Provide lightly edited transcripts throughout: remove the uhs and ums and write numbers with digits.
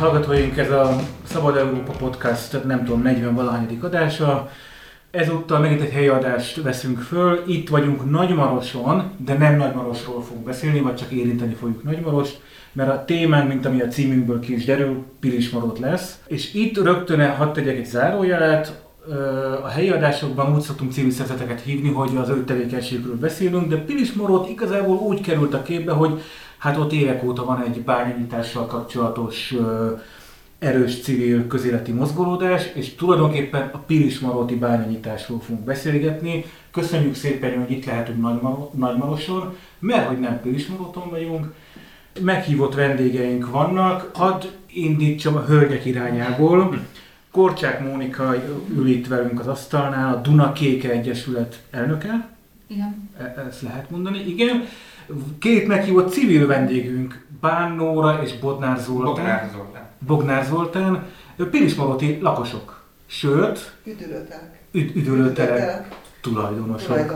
hallgatóink, ez a Szabad Európa Podcast, nem tudom, 40-valahányadik adása. Ezúttal megint egy helyi adást veszünk föl. Itt vagyunk Nagymaroson, de nem Nagymarosról fogunk beszélni, vagy csak érinteni fogjuk Nagymarost, mert a témánk, mint ami a címünkből ki is derül, Pilismarott lesz. És itt rögtön hadd tegyek egy zárójelet. A helyi adásokban úgy szoktunk civil szervezeteket hívni, hogy az ő tevékenységről beszélünk, de Pilismarott igazából úgy került a képbe, hogy hát ott évek óta van egy bányanyitással kapcsolatos erős civil közéleti mozgolódás, és tulajdonképpen a Pilismarotti bányanyitásról fogunk beszélgetni. Köszönjük szépen, hogy itt lehetünk Nagymaroson, mert hogy nem Pilismaroton vagyunk. Meghívott vendégeink vannak. Hadd indítsam a hölgyek irányából. Korcsák Mónika ül itt velünk az asztalnál, a Duna Kéke Egyesület elnöke. Igen. Ezt lehet mondani, igen. Két meghívott civil vendégünk, Bán Nóra és Bognár Zoltán. Pilismarotti lakosok, sőt, üdülőtelek tulajdonosok.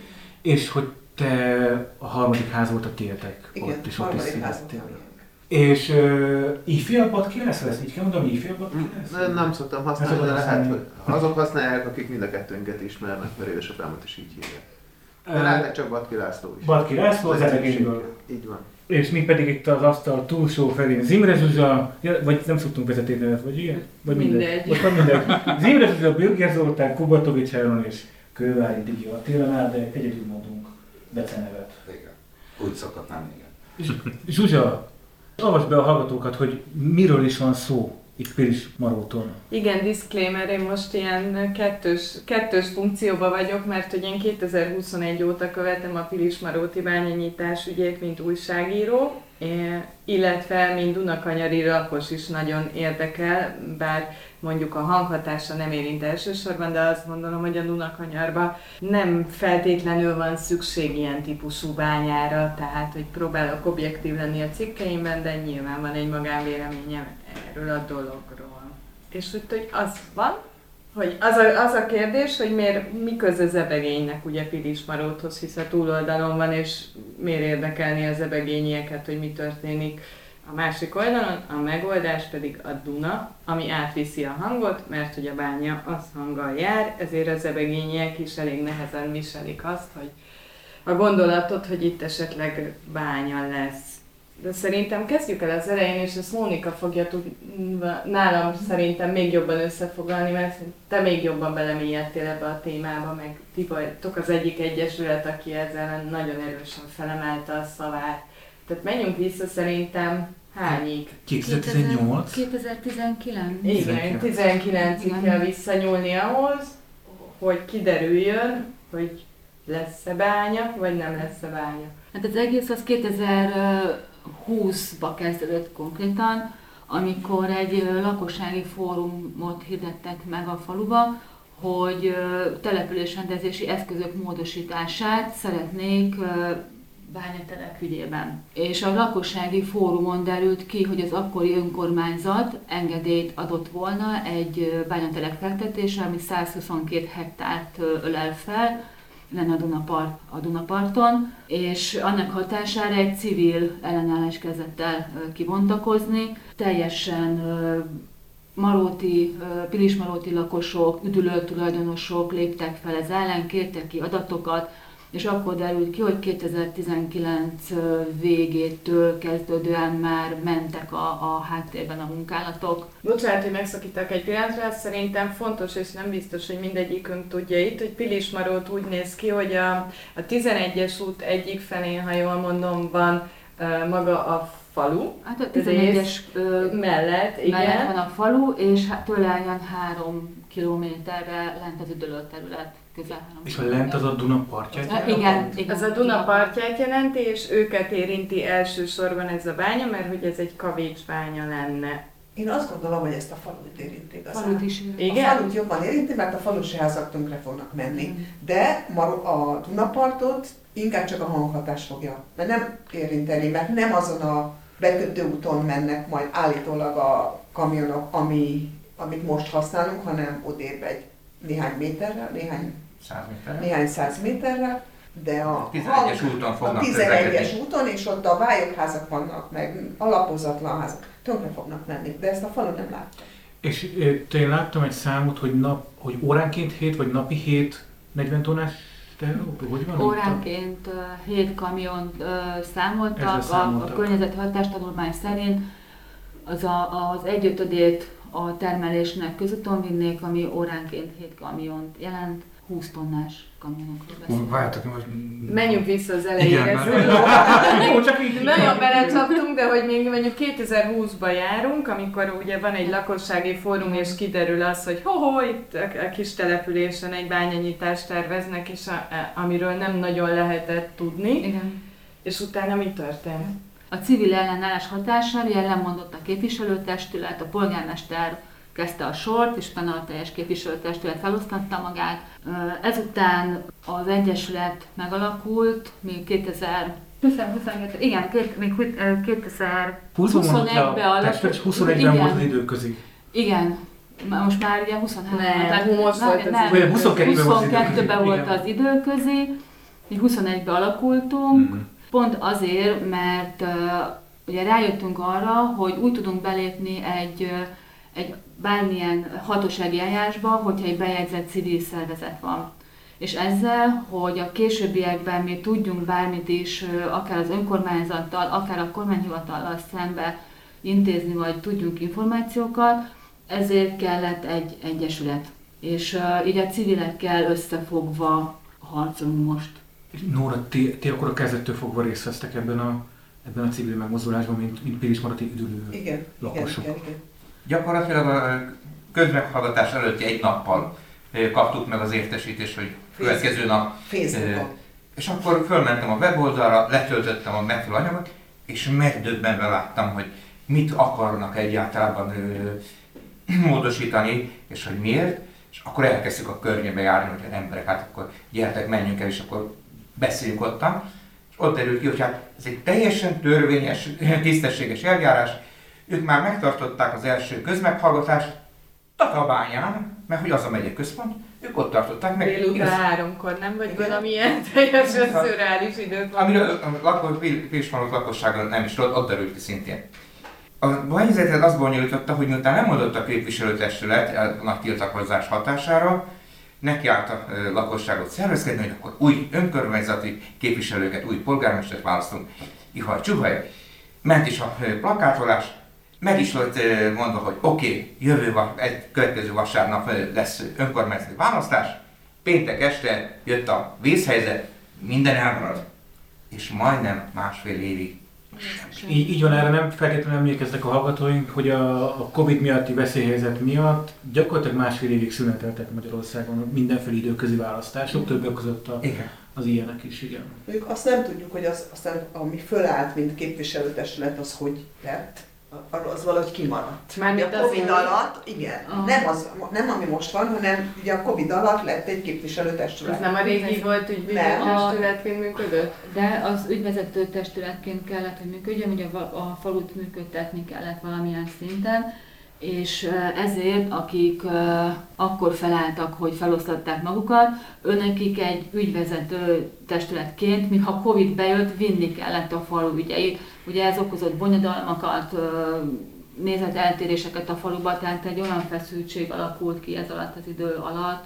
És hogy te a harmadik ház volt a tiétek. Igen, ott is ott is születtél. házunk. És ifjabb ki lesz? Így kell mondani, ifjabb ki lesz? Nem szoktam használni, de lehet, hogy azok használják, akik mind a kettőnket ismernek, mert édesapámat is így hívják. De lehet csak Batki László is. Batki László az Ebegényből. Így van. És mi pedig itt az asztal túlsó felén Zimre Zsuzsa, vagy nem szoktunk vezetélyenet, vagy igen? Vagy mindegy. Most van mindegy. Zimre Zsuzsa, Bürger Zoltán, Kubatovics Áron és Kővári Digi Attilánál, de egyedül mondunk becenevet. Igen. Úgy szokott nem, igen. Zsuzsa, avasd be a hallgatókat, hogy miről is van szó itt Pilismaroton. Igen, disclaimer, én most ilyen kettős funkcióban vagyok, mert hogy én 2021 óta követem a Pilismarotti bányanyitás ügyét, mint újságíró, illetve mint dunakanyari lakos is nagyon érdekel, bár mondjuk a hanghatása nem érint elsősorban, de azt gondolom, hogy a Dunakanyarban nem feltétlenül van szükség ilyen típusú bányára, tehát hogy próbálok objektív lenni a cikkeimben, de nyilván van egy magánvéleményem erről a dologról. És úgy, az van, hogy az a kérdés, hogy mi köze Zebegénynek ugye Pilismarotthoz, hisz a túloldalon van, és miért érdekelni az ebegényieket, hogy mi történik a másik oldalon, a megoldás pedig a Duna, ami átviszi a hangot, mert hogy a bánya az hanggal jár, ezért az ebegényiek is elég nehezen viselik azt, hogy a gondolatot, hogy itt esetleg bánya lesz. De szerintem kezdjük el az elején, és ezt Mónika fogja nálam szerintem még jobban összefoglalni, mert te még jobban belemélyedtél ebbe a témába, meg ti vagytok az egyik egyesület, aki ezzel nagyon erősen felemelte a szavát. Tehát menjünk vissza szerintem hányig? 2018? 2019. Igen, 19-ig kell visszanyúlni ahhoz, hogy kiderüljön, hogy lesz-e bánya, vagy nem lesz-e bánya. Hát az egész az 2020-ba kezdődött konkrétan, amikor egy lakossági fórumot hirdettek meg a faluba, hogy településrendezési eszközök módosítását szeretnék bányatelek ügyében. És a lakossági fórumon derült ki, hogy az akkori önkormányzat engedélyt adott volna egy bányatelek fektetésre, ami 122 hektárt ölel fel, lenne a Dunaparton, és annak hatására egy civil ellenállás kezdett el kibontakozni. Teljesen pilismarotti lakosok, üdülő tulajdonosok léptek fel ez ellen, kértek ki adatokat, és akkor derült ki, hogy 2019 végétől kezdődően már mentek a háttérben a munkálatok. Bocsánat, hogy megszakítok egy pillanatra, szerintem fontos, és nem biztos, hogy mindegyikünk tudja itt, hogy Pilismarott úgy néz ki, hogy a 11-es út egyik felén, ha jól mondom, van maga a falu. Hát a 11-es mellett, igen. Mellett van a falu, és tőle olyan 3 kilométerre lent az üdülőterület. És a lent az a Duna partját? Igen. Az a Duna partját jelenti, és őket érinti elsősorban ez a bánya, mert hogy ez egy kavicsbánya lenne. Én azt gondolom, hogy ezt a falut érinti igazán. Falut is. Igen? A falut jobban érinti, mert a falusi házak tönkre fognak menni. De a Dunapartot inkább csak a hanghatás fogja. Mert nem érinteni, mert nem azon a bekötő úton mennek majd állítólag a kamionok, amit most használunk, hanem odébb egy néhány méterrel, néhány száz méterrel, de a 11-es úton fognak 11-es úton, és ott a vályokházak vannak, meg alapozatlan házak. tönkre fognak menni, de ezt a falu nem látta. És én láttam egy számot, hogy óránként 7 vagy napi 7 40 tonnás teherautók, hogy van? Óránként 7 kamiont számoltak, a környezeti hatástanulmány szerint az 1/5 a termelésnek közúton vinnék, ami óránként 7 kamiont jelent, 20 tonnás kamionokról beszélünk. Várjátok, most... Menjünk vissza az elejére. Jó, csak így. Nagyon belecsaptunk, de hogy még mondjuk 2020-ban járunk, amikor ugye van egy lakossági fórum, és kiderül az, hogy itt a kis településen egy bányanyítást terveznek, és amiről nem nagyon lehetett tudni. Igen. És utána mi történt? A civil ellenállás hatására ellenmondott a képviselőtestület, a polgármester kezdte a sort, és utána a teljes képviselőtestület felosztatta magát. Ezután az egyesület megalakult, még 2021-ben alakult. 21-ben volt az időközi. Igen, most már ugye 23. Most volt az 22-ben volt az időközi, mi 21-ben alakultunk, pont azért, mert ugye rájöttünk arra, hogy úgy tudunk belépni egy bármilyen hatósági eljárásba, hogyha egy bejegyzett civil szervezet van. És ezzel, hogy a későbbiekben mi tudjunk bármit is, akár az önkormányzattal, akár a kormányhivatallal szembe intézni, vagy tudjunk információkat, ezért kellett egy egyesület. És így a civilekkel összefogva harcolunk most. Nóra, ti akkor a kezdettől fogva részt vesztek ebben a civil megmozdulásban, mint Pilismarati üdülő lakosok. Igen. Gyakorlatilag a közmeghallgatás előtti egy nappal kaptuk meg az értesítést, hogy következő nap. És akkor fölmentem a weboldalra, letöltöttem a megfelelő anyagot, és megdöbbenve láttam, hogy mit akarnak egyáltalán módosítani, és hogy miért. És akkor elkezdtük a környébe járni, hogy emberek, hát akkor gyertek, menjünk el, és akkor beszéljünk ottan. És ott derült ki, hogy hát ez egy teljesen törvényes, tisztességes eljárás. Ők már megtartották az első közmeghallgatást Tatabányán, mert hogy az a megye központ, ők ott tartották meg. Délután 3-kor, nem? Vagy valamilyen teljesen szürreális időt. Amiről a Pilismarot lakossága nem is tudott, ott derült ki szintén. A helyzetet azt bonyolította, hogy miután nem mondott a képviselőtestület a nagy tiltakozás hatására, nekiállt a lakosságot szervezkedni, hogy akkor új önkormányzati képviselőket, új polgármestert választunk. Ihaj-csuhaj. Ment is a plakátolás, meg is volt mondva, hogy oké, következő vasárnap lesz önkormányzati választás. Péntek este jött a vészhelyzet, minden elmarad. És majdnem másfél évig. Így van, erre nem feltétlenül emlékeznek a hallgatóink, hogy a Covid miatti veszélyhelyzet miatt gyakorlatilag másfél évig szüneteltek Magyarországon mindenféle időközi választások, többek között az ilyenek is, igen. Mondjuk azt nem tudjuk, hogy aztán ami fölállt, mint képviselőtestület, az hogy lett. Az valahogy kimaradt. Mármint a Covid alatt, igen. Nem ami most van, hanem ugye a Covid alatt lett egy képviselőtestület. Ez nem a régi volt ügyvezetőtestületként működött? De az ügyvezető testületként kellett, hogy működjön, ugye a falut működtetni kellett valamilyen szinten, és ezért, akik akkor felálltak, hogy felosztatták magukat, önökik egy ügyvezető testületként, mintha Covid bejött, vinni kellett a falu ügyeit. Ugye ez okozott bonyodalmakat, nézeteltéréseket a faluban, tehát egy olyan feszültség alakult ki ez alatt az idő alatt,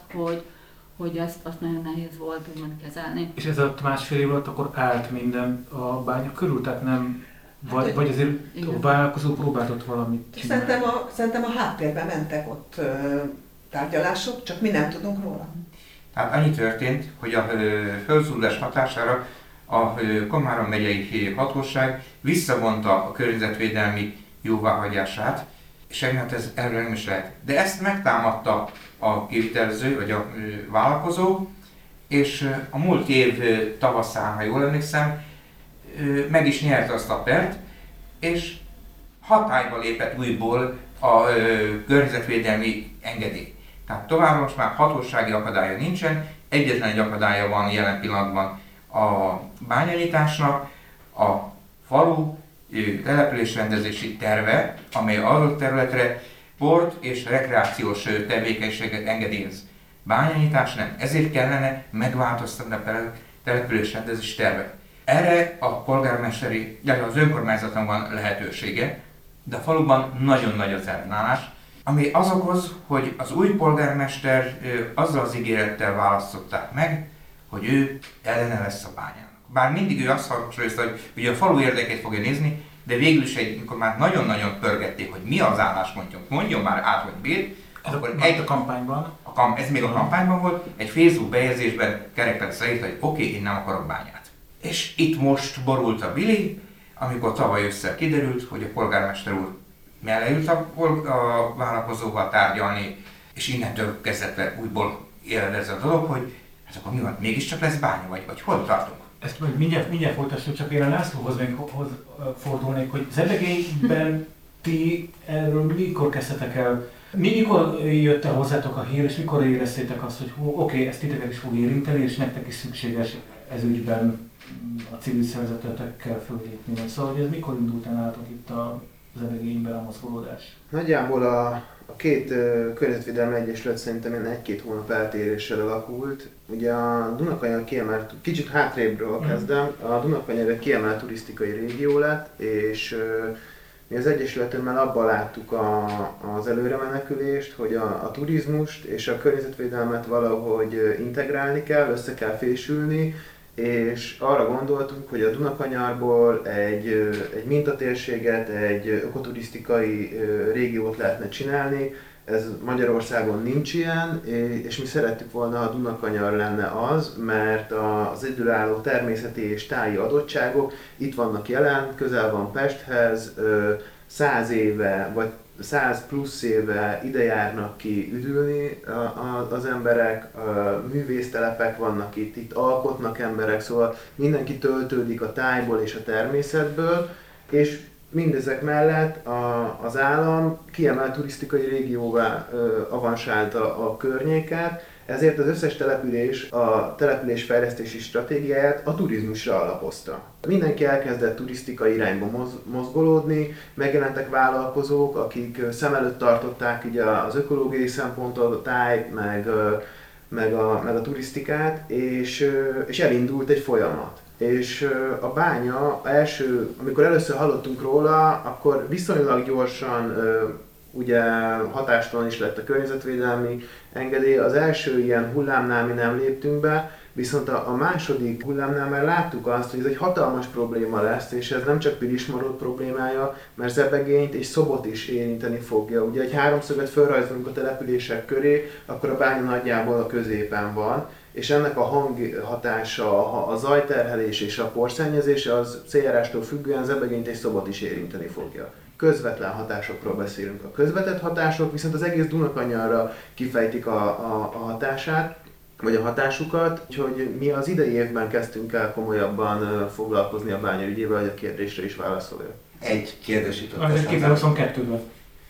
hogy azt nagyon nehéz volt úgymond kezelni. És ez alatt másfél év alatt akkor állt minden a bánya körül, tehát nem... Vagy azért a vállalkozó próbáltott valamit csinálni? Szerintem a háttérben mentek ott tárgyalások, csak mi nem tudunk róla. Tehát annyi történt, hogy a fölzúdulás hatására a Komárom megyei hatóság visszavonta a környezetvédelmi jóváhagyását, és emiatt ez erről nem is lehet. De ezt megtámadta a kivitelező, vagy a vállalkozó, és a múlt év tavaszán, ha jól emlékszem, meg is nyerte azt a pert, és hatályba lépett újból a környezetvédelmi engedély. Tehát továbbra most már hatósági akadálya nincsen, egyetlen egy akadálya van jelen pillanatban a bányanyításnak, a falu településrendezési terve, amely adott területre sport és rekreációs tevékenységet engedélyez. Bányanyítás nem, ezért kellene megváltoztatni a településrendezési tervet. Erre a polgármesteri, illetve az önkormányzatnak van lehetősége, de a faluban nagyon nagy az ellenállás, ami az okoz, hogy az új polgármester azzal az ígérettel választották meg, hogy ő ellene lesz a bányának. Bár mindig ő azt hangsúlyozta, hogy ugye a falu érdekét fogja nézni, de végül is amikor már nagyon-nagyon pörgették, hogy mi az álláspontjuk, mondjon már át, hogy miért, akkor a kampányban. Ez még a kampányban volt, egy Facebook bejegyzésben kereklet szerint, hogy oké, én nem akarok bányát. És itt most borult a Billy, amikor tavaly össze kiderült, hogy a polgármester úr mellé ült a vállalkozóval tárgyalni, és innentől kezdve újból éred ez a dolog, hogy hát akkor mi van, mégiscsak lesz bánya, vagy hol tartunk? Ezt mindjárt folytassuk, csak én a Lászlóhoz fordulnék, hogy Zebegényben ti erről mikor kezdtetek el? Mikor jött el hozzátok a hír, és mikor éreztétek azt, hogy oké, ezt titeket is fog érinteni, és nektek is szükséges ez ügyben a civil szervezetekkel fölépni? Szóval, hogy ez mikor indult el nálatok itt a Zebegényben a mozgolódás? Nagyjából a két környezetvédelmi egyesület szerintem 1-2 hónap eltéréssel alakult. Ugye a Dunakanyar kiemelt, kicsit hátrébről kezdem, a Dunakanyar kiemelt turisztikai régió lett, és mi az egyesületemmel abban láttuk az előremenekülést, hogy a turizmust és a környezetvédelmet valahogy integrálni kell, össze kell fésülni, és arra gondoltunk, hogy a Dunakanyarból egy mintatérséget, egy ökoturisztikai régiót lehetne csinálni. Ez Magyarországon nincs ilyen, és mi szerettük volna, ha a Dunakanyar lenne az, mert az egyedülálló természeti és táji adottságok itt vannak jelen, közel van Pesthez, 100 éve vagy 100 plusz éve ide járnak ki üdülni az emberek, művésztelepek vannak itt alkotnak emberek, szóval mindenki töltődik a tájból és a természetből, és mindezek mellett az állam kiemelt turisztikai régióvá avansálta a környéket, ezért az összes település a településfejlesztési stratégiáját a turizmusra alapozta. Mindenki elkezdett turisztikai irányba mozgolódni, megjelentek vállalkozók, akik szem előtt tartották ugye az ökológiai szempontot, a tájt, meg a turisztikát, és elindult egy folyamat. És a bánya amikor először hallottunk róla, akkor viszonylag gyorsan ugye hatástalan is lett a környezetvédelmi engedély. Az első ilyen hullámnál mi nem léptünk be, viszont a második hullámnál már láttuk azt, hogy ez egy hatalmas probléma lesz, és ez nem csak Pilismarot problémája, mert Zebegényt és Szobot is érinteni fogja. Ugye egy háromszöget felrajzolunk a települések köré, akkor a bánya nagyjából a középen van, és ennek a hanghatása, a zajterhelés és a porszennyezés az céljárástól függően Zebegényt és Szobot is érinteni fogja. Közvetlen hatásokról beszélünk. A közvetett hatások viszont az egész Dunakanyarra kifejtik a hatását, vagy a hatásukat, úgyhogy mi az idei évben kezdtünk el komolyabban foglalkozni a bánya ügyével, hogy a kérdésre is válaszolja. Egy kérdés jutott eszembe. 2022-ben.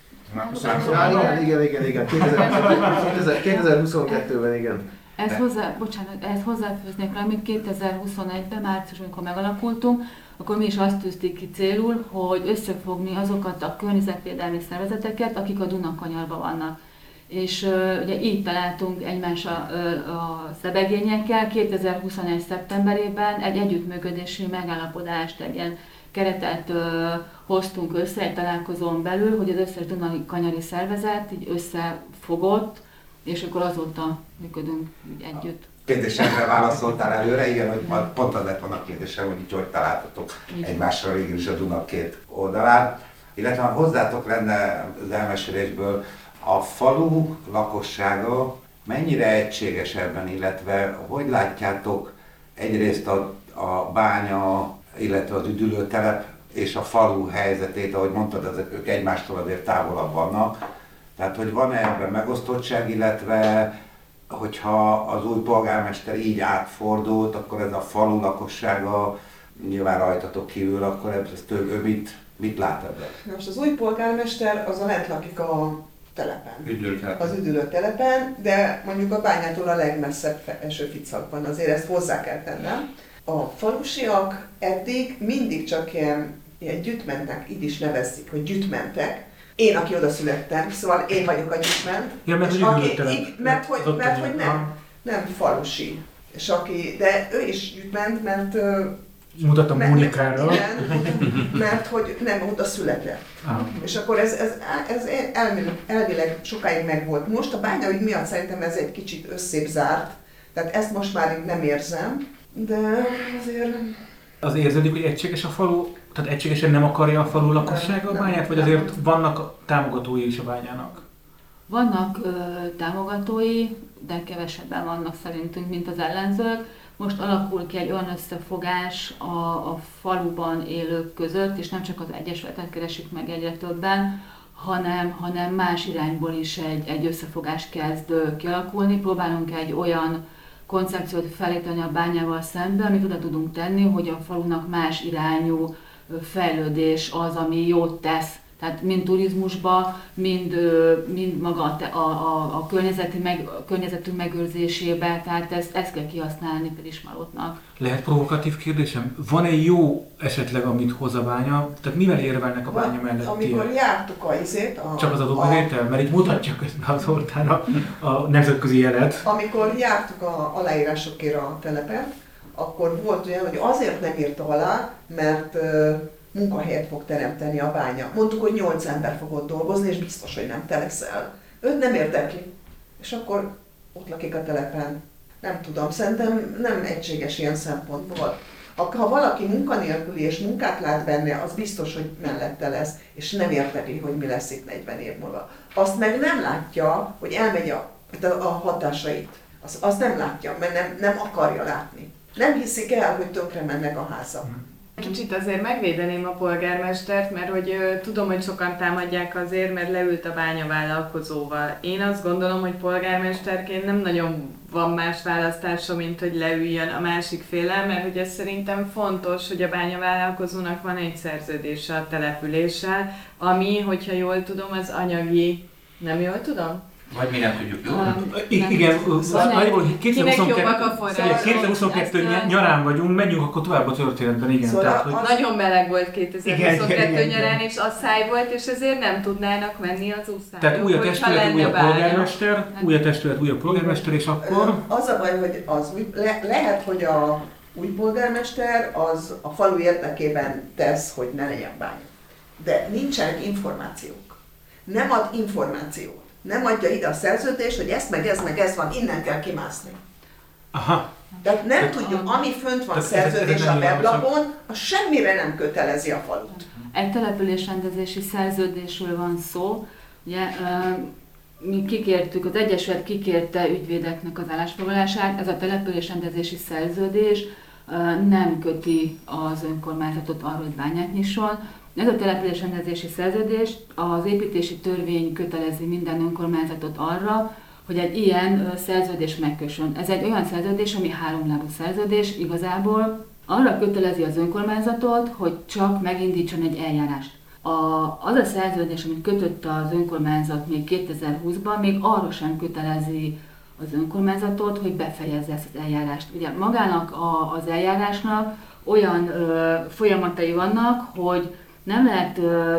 Igen. 2022-ben, igen. Ehhez hozzáfűznék rá, még 2021-ben, márciusban, amikor megalakultunk, akkor mi is azt tűztük ki célul, hogy összefogni azokat a környezetvédelmi szervezeteket, akik a Dunakanyarban vannak. És ugye így találtunk egymás a Zebegényekkel. 2021. szeptemberében egy együttműködési megállapodást, egy ilyen keretet hoztunk össze egy találkozón belül, hogy az összes Dunakanyari szervezet így összefogott, és akkor azóta működünk együtt. Kérdésemre válaszoltál előre, igen, hogy pont az lett volna a kérdésem, hogy így hogy találtatok egymásra végül is a Duna két oldalán. Illetve hozzátok lenne az elmesélésből, a falu lakossága mennyire egységes ebben, illetve hogy látjátok egyrészt a bánya, illetve az üdülőtelep és a falu helyzetét, ahogy mondtad, ők egymástól azért távolabb vannak. Tehát, hogy van-e ebben megosztottság, illetve hogyha az új polgármester így átfordult, akkor ez a falu lakossága nyilván rajtatok kívül, akkor ő mit lát ebben? Most az új polgármester az a lent lakik a telepen, az üdülőtelepen, de mondjuk a bányától a legmesszebb eső ficakban, azért ezt hozzá kell tennem. A falusiak eddig mindig csak ilyen gyütmentek, így is nevezik, hogy gyütmentek. Én, aki oda születtem, szóval én vagyok a gyütment. Ja, mert hogy nem falusi. És de ő is gyütment, mert Mutat a Mónikára. Mert hogy nem oda született. És akkor ez elvileg sokáig megvolt. Most a bányaügy miatt szerintem ez egy kicsit összébb zárt, tehát ezt most már így nem érzem, de azért... Az érződik, hogy egységes a falu, tehát egységesen nem akarja a falu lakossága a bányát, vagy azért vannak támogatói is a bányának? Vannak támogatói, de kevesebben vannak szerintünk, mint az ellenzők. Most alakul ki egy olyan összefogás a faluban élők között, és nem csak az egyesületet keresik meg egyre többen, hanem más irányból is egy összefogás kezd kialakulni. Próbálunk egy olyan koncepciót felállítani a bányával szemben, amit oda tudunk tenni, hogy a falunak más irányú fejlődés az, ami jót tesz. Tehát mind turizmusba, mind maga a környezetünk megőrzésébe, tehát ezt kell kihasználni Pilismarótnak. Lehet provokatív kérdésem? Van-e jó esetleg, amit hoz a bánya? Tehát mivel érvelnek a bánya mellett? Amikor jártuk Csak az adóbevétel? Mert itt mutatja közben az Zoltán a nemzetközi jelet. Amikor jártuk a aláírásokért a telepet, akkor volt olyan, hogy azért nem írta alá, mert munkahelyet fog teremteni a bánya. Mondtuk, hogy 8 ember fog ott dolgozni, és biztos, hogy nem te leszel. Őt nem érdekli. És akkor ott lakik a telepen. Nem tudom, szerintem nem egységes ilyen szempontból. Ha valaki munkanélküli és munkát lát benne, az biztos, hogy mellette lesz, és nem érdekli, hogy mi lesz itt 40 év múlva. Azt meg nem látja, hogy elmegy a hatásait. Azt nem látja, mert nem akarja látni. Nem hiszik el, hogy tönkre mennek a házak. Kicsit azért megvédeném a polgármestert, mert hogy tudom, hogy sokan támadják azért, mert leült a bányavállalkozóval. Én azt gondolom, hogy polgármesterként nem nagyon van más választása, mint hogy leüljön a másik féllel, mert hogy ez szerintem fontos, hogy a bányavállalkozónak van egy szerződése a településsel, ami, hogyha jól tudom, az anyagi... Nem jól tudom? Vagy mi nem tudjuk jól? Igen, nagyjából 2022 nyarán vagyunk, menjünk akkor tovább a történetben, igen. Szóval tehát, hogy... Nagyon meleg volt 2022 igen, nyarán, és asszály volt, és ezért nem tudnának menni az úszára. Tehát új a testület, új a polgármester, és akkor... Az a baj, hogy lehet, hogy a új polgármester az a falu érdekében tesz, hogy ne legyen bánya. De nincsenek információk. Nem ad információt. Nem adja ide a szerződést, hogy ez meg ez van, innen kell kimászni. Aha. Tehát nem tudjuk, ami fönt van szerződés a weblapon, az semmire nem kötelezi a falut. Egy településrendezési szerződésről van szó. Ugye, mi kikértük, az Egyesület kikérte ügyvédeknek az állásfoglalását, ez a településrendezési szerződés nem köti az önkormányzatot arra, hogy bányát nyisson. Ez a településrendezési szerződés, az építési törvény kötelezi minden önkormányzatot arra, hogy egy ilyen szerződés megkössön. Ez egy olyan szerződés, ami háromlábú szerződés, igazából arra kötelezi az önkormányzatot, hogy csak megindítson egy eljárást. Az a szerződés, amit kötött az önkormányzat még 2020-ban, még arra sem kötelezi az önkormányzatot, hogy befejezze ezt az eljárást. Ugye magának az eljárásnak olyan folyamatai vanegy hogy nem lehet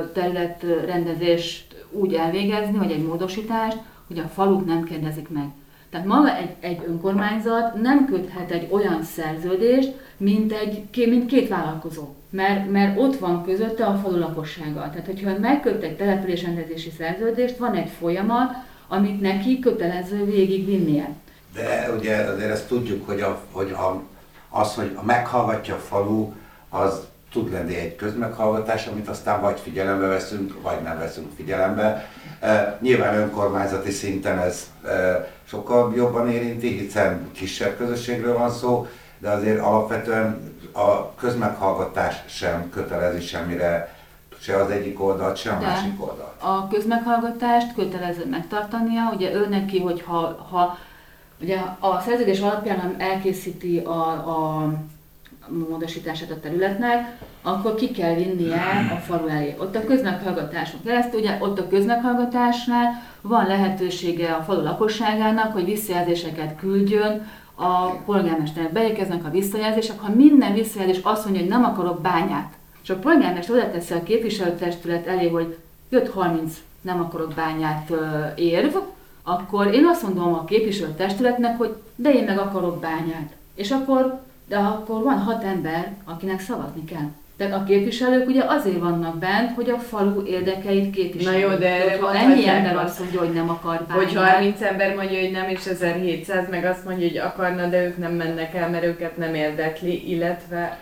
területrendezést úgy elvégezni, vagy egy módosítást, hogy a falut nem kérdezik meg. Tehát maga egy önkormányzat nem köthet egy olyan szerződést, mint két vállalkozó. Mert ott van közötte a falu lakossága. Tehát, hogyha megköt egy településrendezési szerződést, van egy folyamat, amit neki kötelező végigvinnie. De ugye azért ezt tudjuk, hogy meghallgatja a falu, az tud lenni egy közmeghallgatás, amit aztán vagy figyelembe veszünk, vagy nem veszünk figyelembe. Nyilván önkormányzati szinten ez sokkal jobban érinti, hiszen kisebb közösségről van szó, de azért alapvetően a közmeghallgatás sem kötelezi semmire, se az egyik oldalt, se a másik oldalt. A közmeghallgatást kötelező megtartania, ugye ő neki, hogy ha ugye a szerződés alapján elkészíti a módosítását a területnek, akkor ki kell vinnie a falu elé. Ott a közmeghallgatáson keresztül, ugye ott a közmeghallgatásnál van lehetősége a falu lakosságának, hogy visszajelzéseket küldjön a polgármesternek. Beérkeznek a visszajelzések, ha minden visszajelzés azt mondja, hogy nem akarok bányát, és a polgármester oda teszi a képviselőtestület elé, hogy 5-30 nem akarok bányát érv, akkor én azt mondom a képviselőtestületnek, hogy de én meg akarok bányát. És akkor de akkor van 6 ember, akinek szavazni kell. Tehát a képviselők ugye azért vannak bent, hogy a falu érdekeit képviseljék. Na jó, de erre ha ennyi ember azt mondja, hogy nem akar bányát. Hogy 30 ember mondja, hogy nem, és 1700 meg azt mondja, hogy akarna, de ők nem mennek el, mert őket nem érdekli, illetve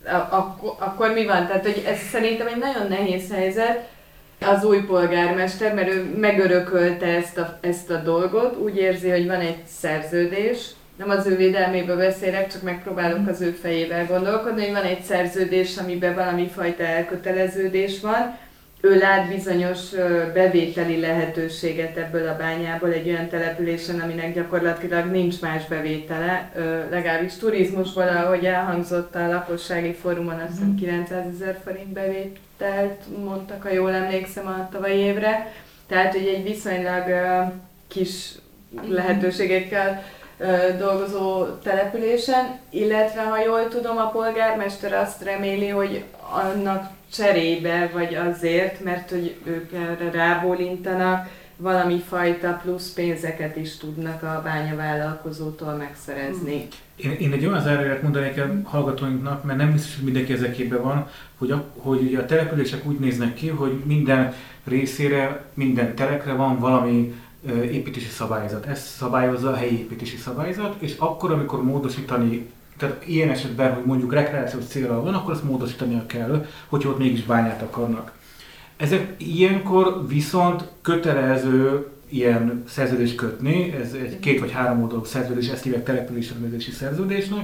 akkor mi van? Tehát, hogy ez szerintem egy nagyon nehéz helyzet. Az új polgármester, mert ő megörökölte ezt a dolgot, úgy érzi, hogy van egy szerződés, nem az ő védelméből beszélek, csak megpróbálok az ő fejével gondolkodni, hogy van egy szerződés, amiben valami fajta elköteleződés van. Ő lát bizonyos bevételi lehetőséget ebből a bányából egy olyan településen, aminek gyakorlatilag nincs más bevétele, legalábbis turizmusból, ahogy elhangzott a lakossági fórumon, azt hiszem 900 000 forint bevételt mondtak, ha jól emlékszem, a tavalyi évre. Tehát, hogy egy viszonylag kis lehetőségekkel dolgozó településen, illetve ha jól tudom, a polgármester azt reméli, hogy annak cserébe, vagy azért, mert hogy ők erre rábólintanak, valami fajta plusz pénzeket is tudnak a bányavállalkozótól megszerezni. Én egy olyan zárójelet mondanék el hallgatóinknak, mert nem biztos, hogy mindenki ezekében van, hogy ugye a települések úgy néznek ki, hogy minden részére, minden telekre van valami építési szabályzat. Ezt szabályozza a helyi építési szabályzat, és akkor, amikor módosítani, tehát ilyen esetben, hogy mondjuk rekreációs célra van, akkor azt módosítania kell, hogyha ott mégis bányát akarnak. Ezek ilyenkor viszont kötelező ilyen szerződést kötni, ez egy 2 vagy 3 oldalú szerződés, ezt hívják településrendezési szerződésnek,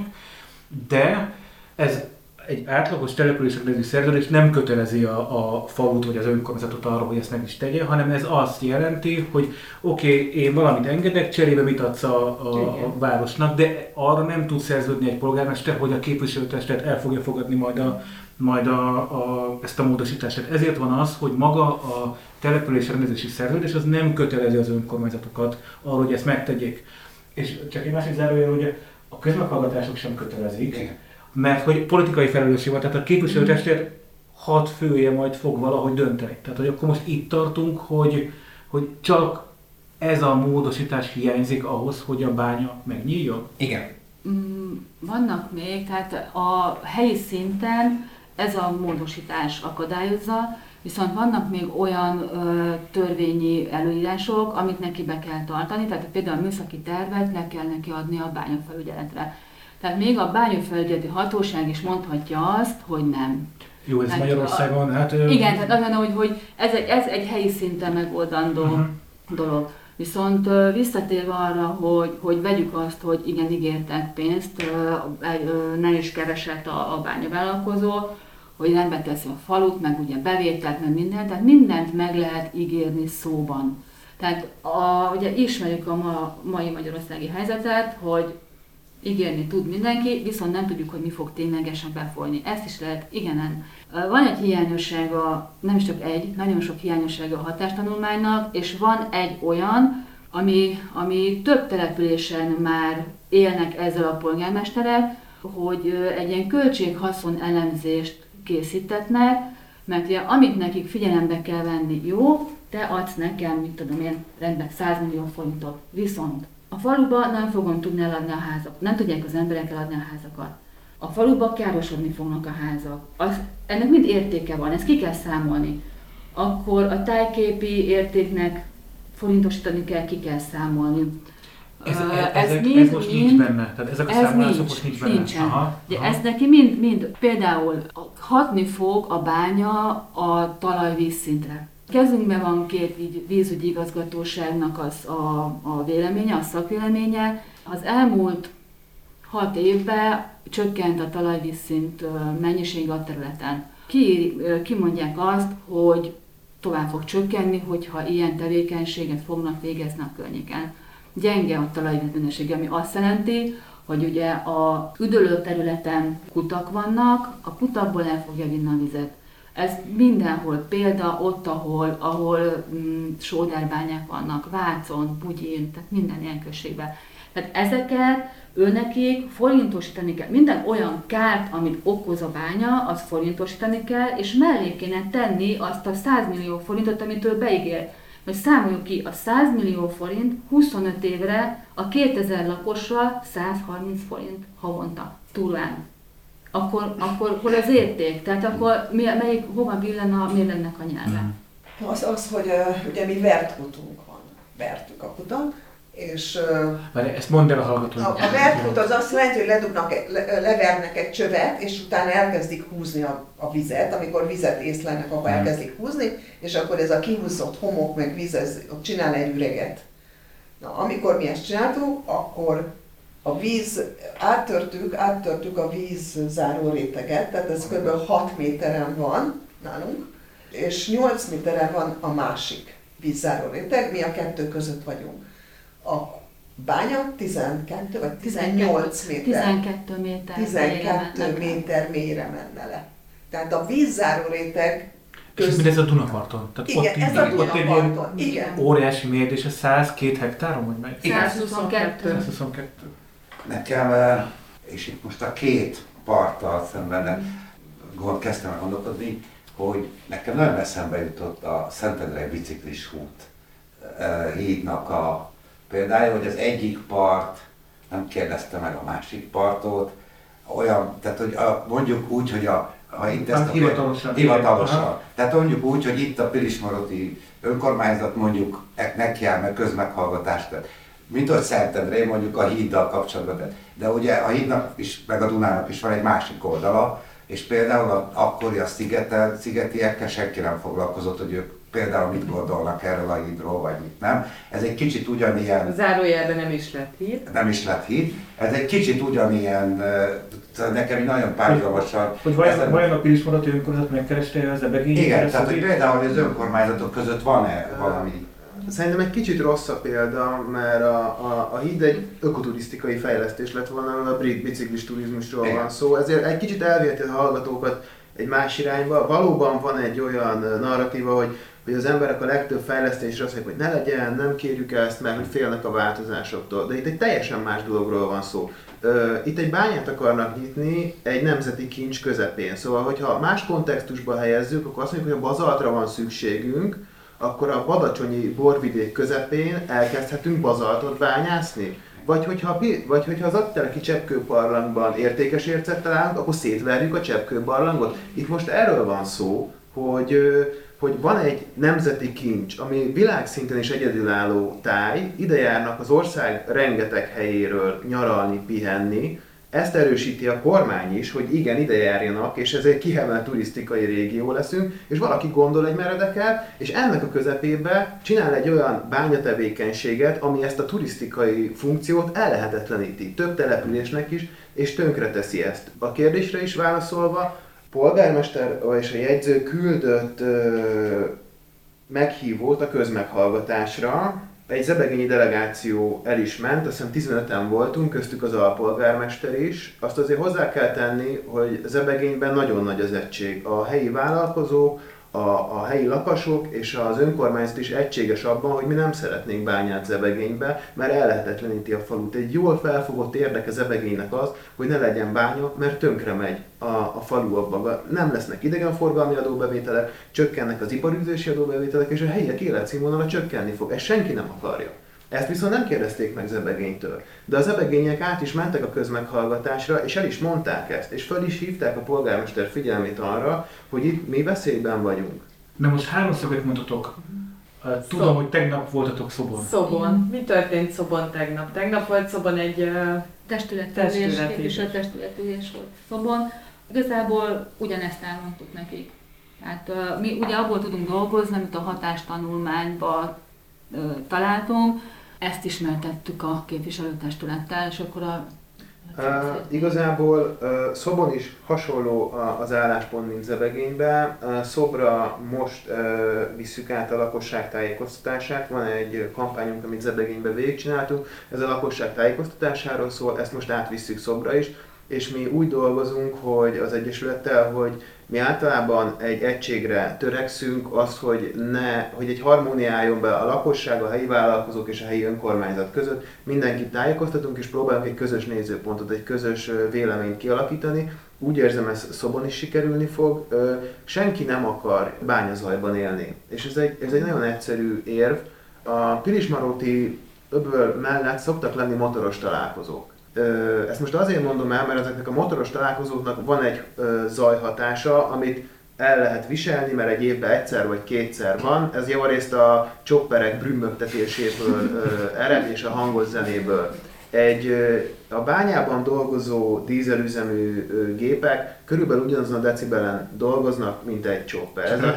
de ez egy átlagos településrendezési szerződés nem kötelezi a falut vagy az önkormányzatot arra, hogy ezt meg is tegye, hanem ez azt jelenti, hogy oké, én valamit engedek, cserébe mit adsz a városnak, de arra nem tud szerződni egy polgármester, hogy a képviselőtestet el fogja fogadni majd ezt a módosítást. Ezért van az, hogy maga a településrendezési szerződés az nem kötelezi az önkormányzatokat arra, hogy ezt megtegyék. És csak egy másik zárójel, hogy a közmeghallgatások sem kötelezik, mert hogy politikai felelősség van, tehát a képviselőtestület 6 fője majd fog valahogy dönteni. Tehát, hogy akkor most itt tartunk, hogy csak ez a módosítás hiányzik ahhoz, hogy a bánya megnyíljon? Igen. Vannak még, tehát a helyi szinten ez a módosítás akadályozza, viszont vannak még olyan törvényi előírások, amit neki be kell tartani, tehát például a műszaki tervet le kell neki adni a bányafelügyeletre. Tehát még a bányafelügyeleti hatóság is mondhatja azt, hogy nem. Jó, ez Magyarországon, igen, tehát az lenne, hogy ez egy helyi szinten megoldandó dolog. Viszont visszatérve arra, hogy vegyük azt, hogy igen, ígértek pénzt, nem is keresett a bányavállalkozó, hogy rendbe teszi a falut, meg ugye bevételt, meg mindent, tehát mindent meg lehet ígérni szóban. Tehát ugye ismerjük a mai magyarországi helyzetet, hogy ígérni tud mindenki, viszont nem tudjuk, hogy mi fog ténylegesen befolyni. Ezt is lehet, igen. Van egy hiányossága, nem is csak egy, nagyon sok hiányossága a hatástanulmánynak, és van egy olyan, ami több településen már élnek ezzel a polgármesterek, hogy egy ilyen költség-haszon elemzést készítetnek, mert ugye, amit nekik figyelembe kell venni, jó, te adsz nekem, mit tudom én, rendben 100 millió forintot, viszont a faluba nem fogom tudni eladni a házak, nem tudják az emberek eladni a házakat. A faluba károsodni fognak a házak. Ennek mind értéke van, ezt ki kell számolni. Akkor a tájképi értéknek forintosítani kell, ki kell számolni. Ez most nincs benne, tehát ezek a számolások most nincs benne. Nincsen. Ez neki mind, például hatni fog a bánya a talajvízszintre. Kezünkben van 2 vízügyi igazgatóságnak a véleménye, a szakvéleménye. Az elmúlt 6 évben csökkent a talajvízszint mennyisége a területen. Kimondják azt, hogy tovább fog csökkenni, hogyha ilyen tevékenységet fognak végezni a környéken. Gyenge a talajvíz minősége, ami azt jelenti, hogy ugye a üdülő területen kutak vannak, a kutakból el fogja vinni a vizet. Ez mindenhol példa, ott, ahol sóderbányák vannak, Vácon, Bugyin, tehát minden ilyen községben. Tehát ezeket őnekik forintosítani kell. Minden olyan kárt, amit okoz a bánya, az forintosítani kell, és mellé kéne tenni azt a 100 millió forintot, amit ő beígér. hogy számoljuk ki a 100 millió forint 25 évre a 2000 lakosra 130 forint havonta túlán. Akkor hol az érték? Tehát akkor hova billen a mérlegnek a nyelve? Az, hogy ugye mi vertkutunk van, vertük a kutat, és Ezt mondd el a hallgatónak. a vertkut az azt jelenti, hogy levernek egy csövet, és utána elkezdik húzni a vizet. Amikor vizet észlelnek, akkor elkezdik húzni, és akkor ez a kihúzott homok meg víz, ez ott csinál egy üreget. Na, amikor mi ezt csináltuk, akkor a víz, áttörtük a vízzáró réteget, tehát ez kb. 6 méteren van nálunk, és 8 méteren van a másik vízzáró réteg, mi a kettő között vagyunk. A bánya 12 vagy 18 méter. 12 méter. 12 méter mélyre menne le. Tehát a vízzáró réteg És mindez a Dunaparton. Tehát igen, ez a Dunaparton. Igen. Óriási mélyedés, a 102 hektáron, vagy meg? 122. 122. Nekem, és itt most a két parttal szemben kezdtem el gondolkodni, hogy nekem nagyon eszembe jutott a Szentendrei biciklis hídnak a példája, hogy az egyik part nem kérdezte meg a másik partot, olyan, tehát hogy mondjuk úgy, hogy ha itt ezt hivatalosan. Tehát mondjuk úgy, hogy itt a Pilismaroti önkormányzat mondjuk nekiáll meg közmeghallgatást, mint hogy Szentendrei mondjuk a híddal kapcsolatban. De ugye a hídnak is, meg a Dunának is van egy másik oldala, és például akkori a szigetiekkel senki nem foglalkozott, hogy ők például mit gondolnak erről a hídról, vagy mit nem. Ez egy kicsit ugyanilyen... Zárójelben nem is lett híd. Nem is lett híd. Ez egy kicsit ugyanilyen, nekem nagyon párhuzamosan... Hogy vajon a Pilismaroti önkormányzat megkereste az ebegényeket? Igen, tehát hogy például az önkormányzatok között van-e valami... Szerintem egy kicsit rossz a példa, mert a híd egy ökoturisztikai fejlesztés lett volna, a brit biciklis turizmusról van szó, ezért egy kicsit elviheti a hallgatókat egy más irányba. Valóban van egy olyan narratíva, hogy az emberek a legtöbb fejlesztésre azt mondják, hogy ne legyen, nem kérjük ezt, mert hogy félnek a változásoktól. De itt egy teljesen más dologról van szó. Itt egy bányát akarnak nyitni egy nemzeti kincs közepén. Szóval, hogyha más kontextusba helyezzük, akkor azt mondjuk, hogy a bazaltra van szükségünk, akkor a badacsonyi borvidék közepén elkezdhetünk bazaltot bányászni? Vagy hogyha az Atteleki cseppkőbarlangban értékes ércet találunk, akkor szétverjük a cseppkőbarlangot? Itt most erről van szó, hogy van egy nemzeti kincs, ami világszinten is egyedülálló táj, ide járnak az ország rengeteg helyéről nyaralni, pihenni. Ezt erősíti a kormány is, hogy igen, ide járjanak, és ez egy kiemelt turisztikai régió leszünk, és valaki gondol egy meredeket, és ennek a közepébe csinál egy olyan bányatevékenységet, ami ezt a turisztikai funkciót ellehetetleníti, több településnek is, és tönkreteszi ezt. A kérdésre is válaszolva, a polgármester és a jegyző küldött meghívót a közmeghallgatásra. Egy zebegényi delegáció el is ment, azt hiszem 15-en voltunk, köztük az alpolgármester is. Azt azért hozzá kell tenni, hogy Zebegényben nagyon nagy az egység. A helyi vállalkozók, a helyi lakosok és az önkormányzat is egységes abban, hogy mi nem szeretnénk bányát Zebegénybe, mert ellehetetleníti a falut. Egy jól felfogott érdeke Zebegénynek az, hogy ne legyen bánya, mert tönkre megy a falu abban. Nem lesznek idegenforgalmi adóbevételek, csökkennek az iparűzési adóbevételek, és a helyiek életszínvonala csökkenni fog. Ezt senki nem akarja. Ezt viszont nem kérdezték meg Zebegénytől. De a zebegények át is mentek a közmeghallgatásra, és el is mondták ezt, és föl is hívták a polgármester figyelmét arra, hogy itt mi veszélyben vagyunk. Na most háromszor mondhatok. Tudom, hogy tegnap voltatok Szobon. Szobon. Mi történt Szobon tegnap? Tegnap volt Szobon egy testületülés volt Szobon. Igazából ugyanezt elmondtuk nekik. Tehát mi ugye abból tudunk dolgozni, amit a hatástanulmányban találtunk, ezt ismertettük a képviselőtestülettel, és akkor igazából Szobon is hasonló az álláspont, mint Zebegényben. Szobra most visszük át a lakosság tájékoztatását. Van egy kampányunk, amit Zebegényben végigcsináltunk. Ez a lakosság tájékoztatásáról szól, ezt most átvisszük Szobra is. És mi úgy dolgozunk, hogy az Egyesülettel, hogy Mi általában egy egységre törekszünk, azt, hogy egy harmónia álljon be a lakosság, a helyi vállalkozók és a helyi önkormányzat között. Mindenkit tájékoztatunk és próbálunk egy közös nézőpontot, egy közös véleményt kialakítani. Úgy érzem, ez Szobon is sikerülni fog. Senki nem akar bányazajban élni. És ez egy nagyon egyszerű érv. A Pilismaróti öböl mellett szoktak lenni motoros találkozók. Ezt most azért mondom el, mert ezeknek a motoros találkozóknak van egy zajhatása, amit el lehet viselni, mert egy évben egyszer vagy kétszer van. Ez javarészt a chopperek brümmögtetéséből ered és a hangos zenéből. A bányában dolgozó dízelüzemű gépek körülbelül ugyanazon a decibelen dolgoznak, mint egy chopper. Ez a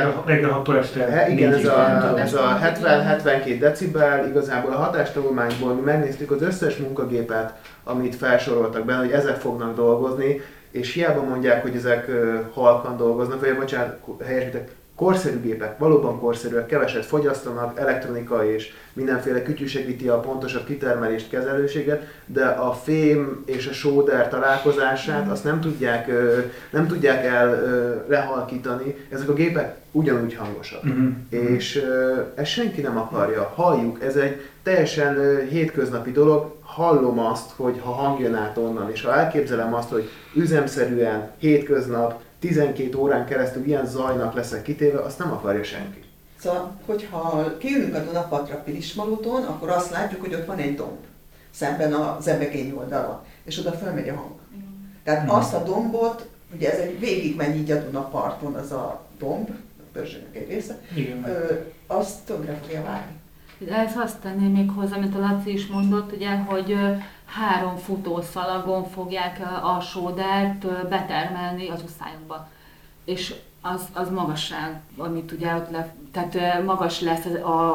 70-72 decibel, igazából a hatástanulmányból mi megnéztük az összes munkagépet, amit felsoroltak benne, hogy ezek fognak dolgozni, és hiába mondják, hogy ezek halkan dolgoznak, vagy bocsánat, helyesítek, korszerű gépek, valóban korszerűek, keveset fogyasztanak, elektronika és mindenféle kütyű segíti a pontosabb kitermelést, kezelőséget, de a fém és a sóder találkozását azt nem tudják lehalkítani. Ezek a gépek ugyanúgy hangosak. És ezt senki nem akarja. Halljuk, ez egy teljesen hétköznapi dolog. Hallom azt, hogy ha hang jön át onnan, és ha elképzelem azt, hogy üzemszerűen, hétköznap, 12 órán keresztül ilyen zajnak leszek kitéve, azt nem akarja senki. Szóval, hogyha kiülünk a Dunapartra Pilismaróton, akkor azt látjuk, hogy ott van egy domb, szemben a Zebegény oldalon, és oda fölmegy a hang. Tehát azt a dombot, ugye ez egy végig megy így a Dunaparton, az a domb, a Pörzsönyök egy része, azt tönkre fogja vágni. De ezt azt tenném még hozzá, amit a Laci is mondott, ugye, hogy 3 futószalagon fogják a sódert betermelni az uszályokba. És az magasság, amit ugye ott tehát magas lesz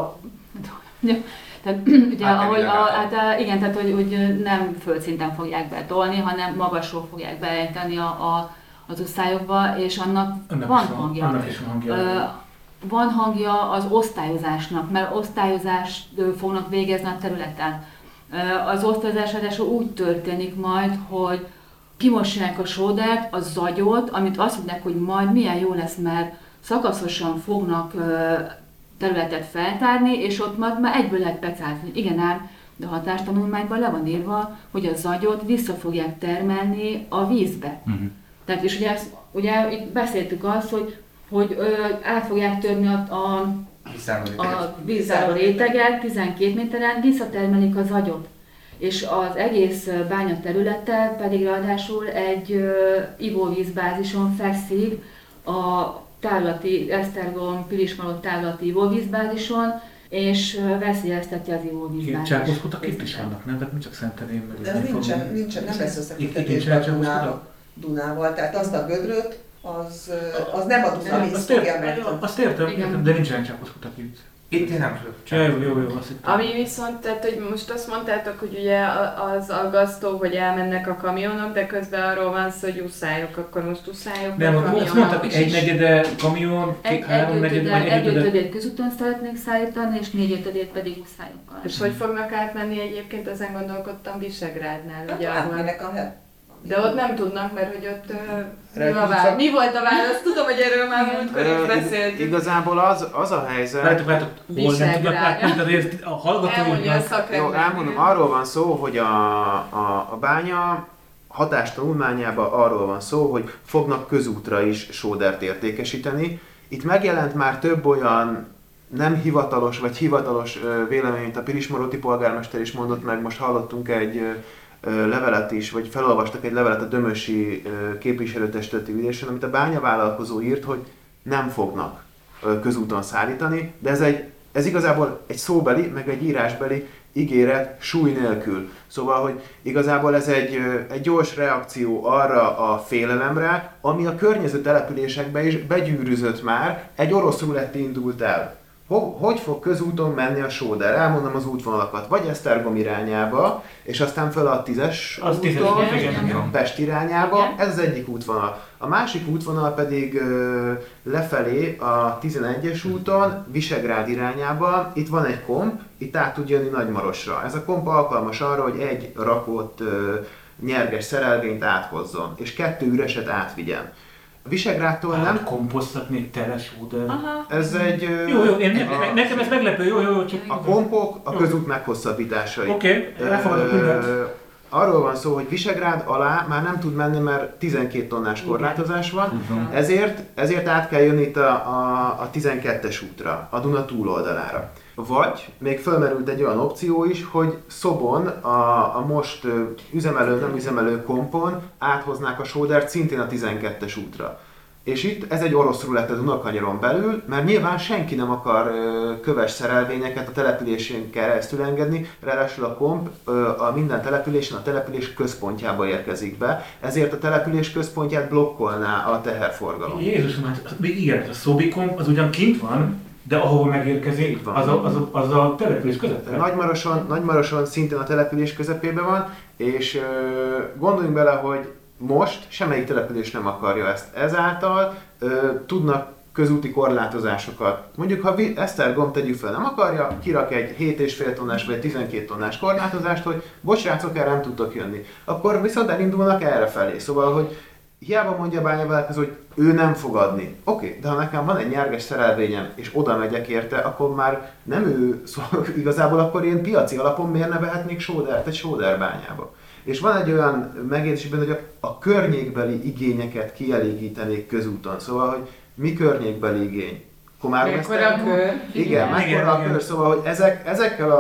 tehát, ugye, igen, tehát hogy nem földszinten fogják betolni, hanem magasról fogják beejteni az uszályokba, és annak van hangja. Annak is van hangja. Van hangja az osztályozásnak, mert osztályozást fognak végezni a területen. Az osztályozás ráadásul úgy történik majd, hogy kimossák a sódert, a zagyot, amit azt mondják, hogy majd milyen jó lesz, mert szakaszosan fognak területet feltárni, és ott majd már egyből lehet pecázni. Igen ám, de a hatástanulmányban le van írva, hogy a zagyot vissza fogják termelni a vízbe. Tehát és ugye itt beszéltük azt, hogy át fogják törni a vízzáró réteget 12 méteren, visszatermelik az agyot. És az egész bánya területe pedig ráadásul egy ivóvízbázison fekszik, a távlati Esztergom Pilismarott távlati ivóvízbázison, és veszélyezteti az ivóvízbázis. Csákózkutak itt is vannak, nem? Tehát mi csak Szentendrén meg. De nincsen, nem lesz összekötetésben Dunával, tehát azt a gödröt, az nem a Duna víz fogja meg. Azt értem, de nincsen Csákózkutak itt. Itt én nem tudom. Jó, azt hittem. Ami viszont, tehát hogy most azt mondtátok, hogy ugye az aggasztó, hogy elmennek a kamionok, de közben arról van szó, hogy uszályok, akkor most uszályok, nem, kamionok. Azt mondták, hogy 1/4 kamion, 1/5 közúton szeretnék szállítani, és 4/5 pedig uszályokkal. És hogy fognak átmenni egyébként, ezen gondolkodtam Visegrádnál, ugye? De ott nem tudnak, mert hogy ott mi volt a válasz? Tudom, hogy erről már múltkor is beszéltünk. Igazából az a helyzet... Várjátok, hol nem tudnak látni, a hallgatóinknak... Jó, elmondom, arról van szó, hogy a bánya hatástanulmányában arról van szó, hogy fognak közútra is sódert értékesíteni. Itt megjelent már több olyan nem hivatalos vagy hivatalos vélemény, mint a pilismaróti polgármester is mondott meg, most hallottunk egy levelet is, vagy felolvastak egy levelet a dömösi képviselőtestületi ülésen, amit a bányavállalkozó írt, hogy nem fognak közúton szállítani, de ez igazából egy szóbeli, meg egy írásbeli ígéret súly nélkül. Szóval, hogy igazából ez egy gyors reakció arra a félelemre, ami a környező településekbe is begyűrűzött már, egy orosz rulett indult el. Hogy fog közúton menni a sóder? Elmondom az útvonalakat. Vagy Esztergom irányába, és aztán fel a 10-es úton, Pest irányába. Igen. Ez az egyik útvonal. A másik útvonal pedig lefelé a 11-es úton, Visegrád irányába. Itt van egy komp, itt át tud jönni Nagymarosra. Ez a komp alkalmas arra, hogy egy rakott nyerges szerelvényt áthozzon, és 2 üreset átvigyen. Visegrádtól nem... Komposztatni tele sóder. Aha. Ez egy... Jó, nekem ez meglepő, jó, csak... A kompok a közút meghosszabbításai. Oké, elfogadok mindent. Arról van szó, hogy Visegrád alá már nem tud menni, mert 12 tonnás korlátozás van, ezért át kell jönni itt a 12-es útra, a Duna túloldalára. Vagy még felmerült egy olyan opció is, hogy Szobon a most nem üzemelő kompon áthoznák a sódert szintén a 12-es útra. És itt ez egy orosz rulett a Dunakanyaron belül, mert nyilván senki nem akar köves szerelvényeket a településén keresztül engedni, ráadásul a komp a minden településen a település központjába érkezik be, ezért a település központját blokkolná a teherforgalom. Jézusom, hát még igen, a Szobikomp az ugyan kint van, de ahova megérkezik, az a település közepén. Nagymaroson szintén a település közepében van, és gondoljunk bele, hogy most semmelyik település nem akarja ezt. Ezáltal tudnak közúti korlátozásokat. Mondjuk, ha Esztergom tegyük fel nem akarja, kirak egy 7,5 tonnás vagy 12 tonnás korlátozást, hogy bocs srácok, erre nem tudtok jönni. Akkor viszont elindulnak errefelé. Szóval, hogy hiába mondja a bányavállalkozó, hogy ő nem fog adni. Oké, de ha nekem van egy nyerges szerelvényem, és oda megyek érte, akkor már nem ő, szóval igazából akkor én piaci alapon miért ne vehetnék sódert egy sóderbányába. És van egy olyan megjegyzésben, hogy a környékbeli igényeket kielégítenék közúton. Szóval, hogy mi környékbeli igény? Mekkora a kör. Igen, mekkora a kör. Szóval, hogy ezekkel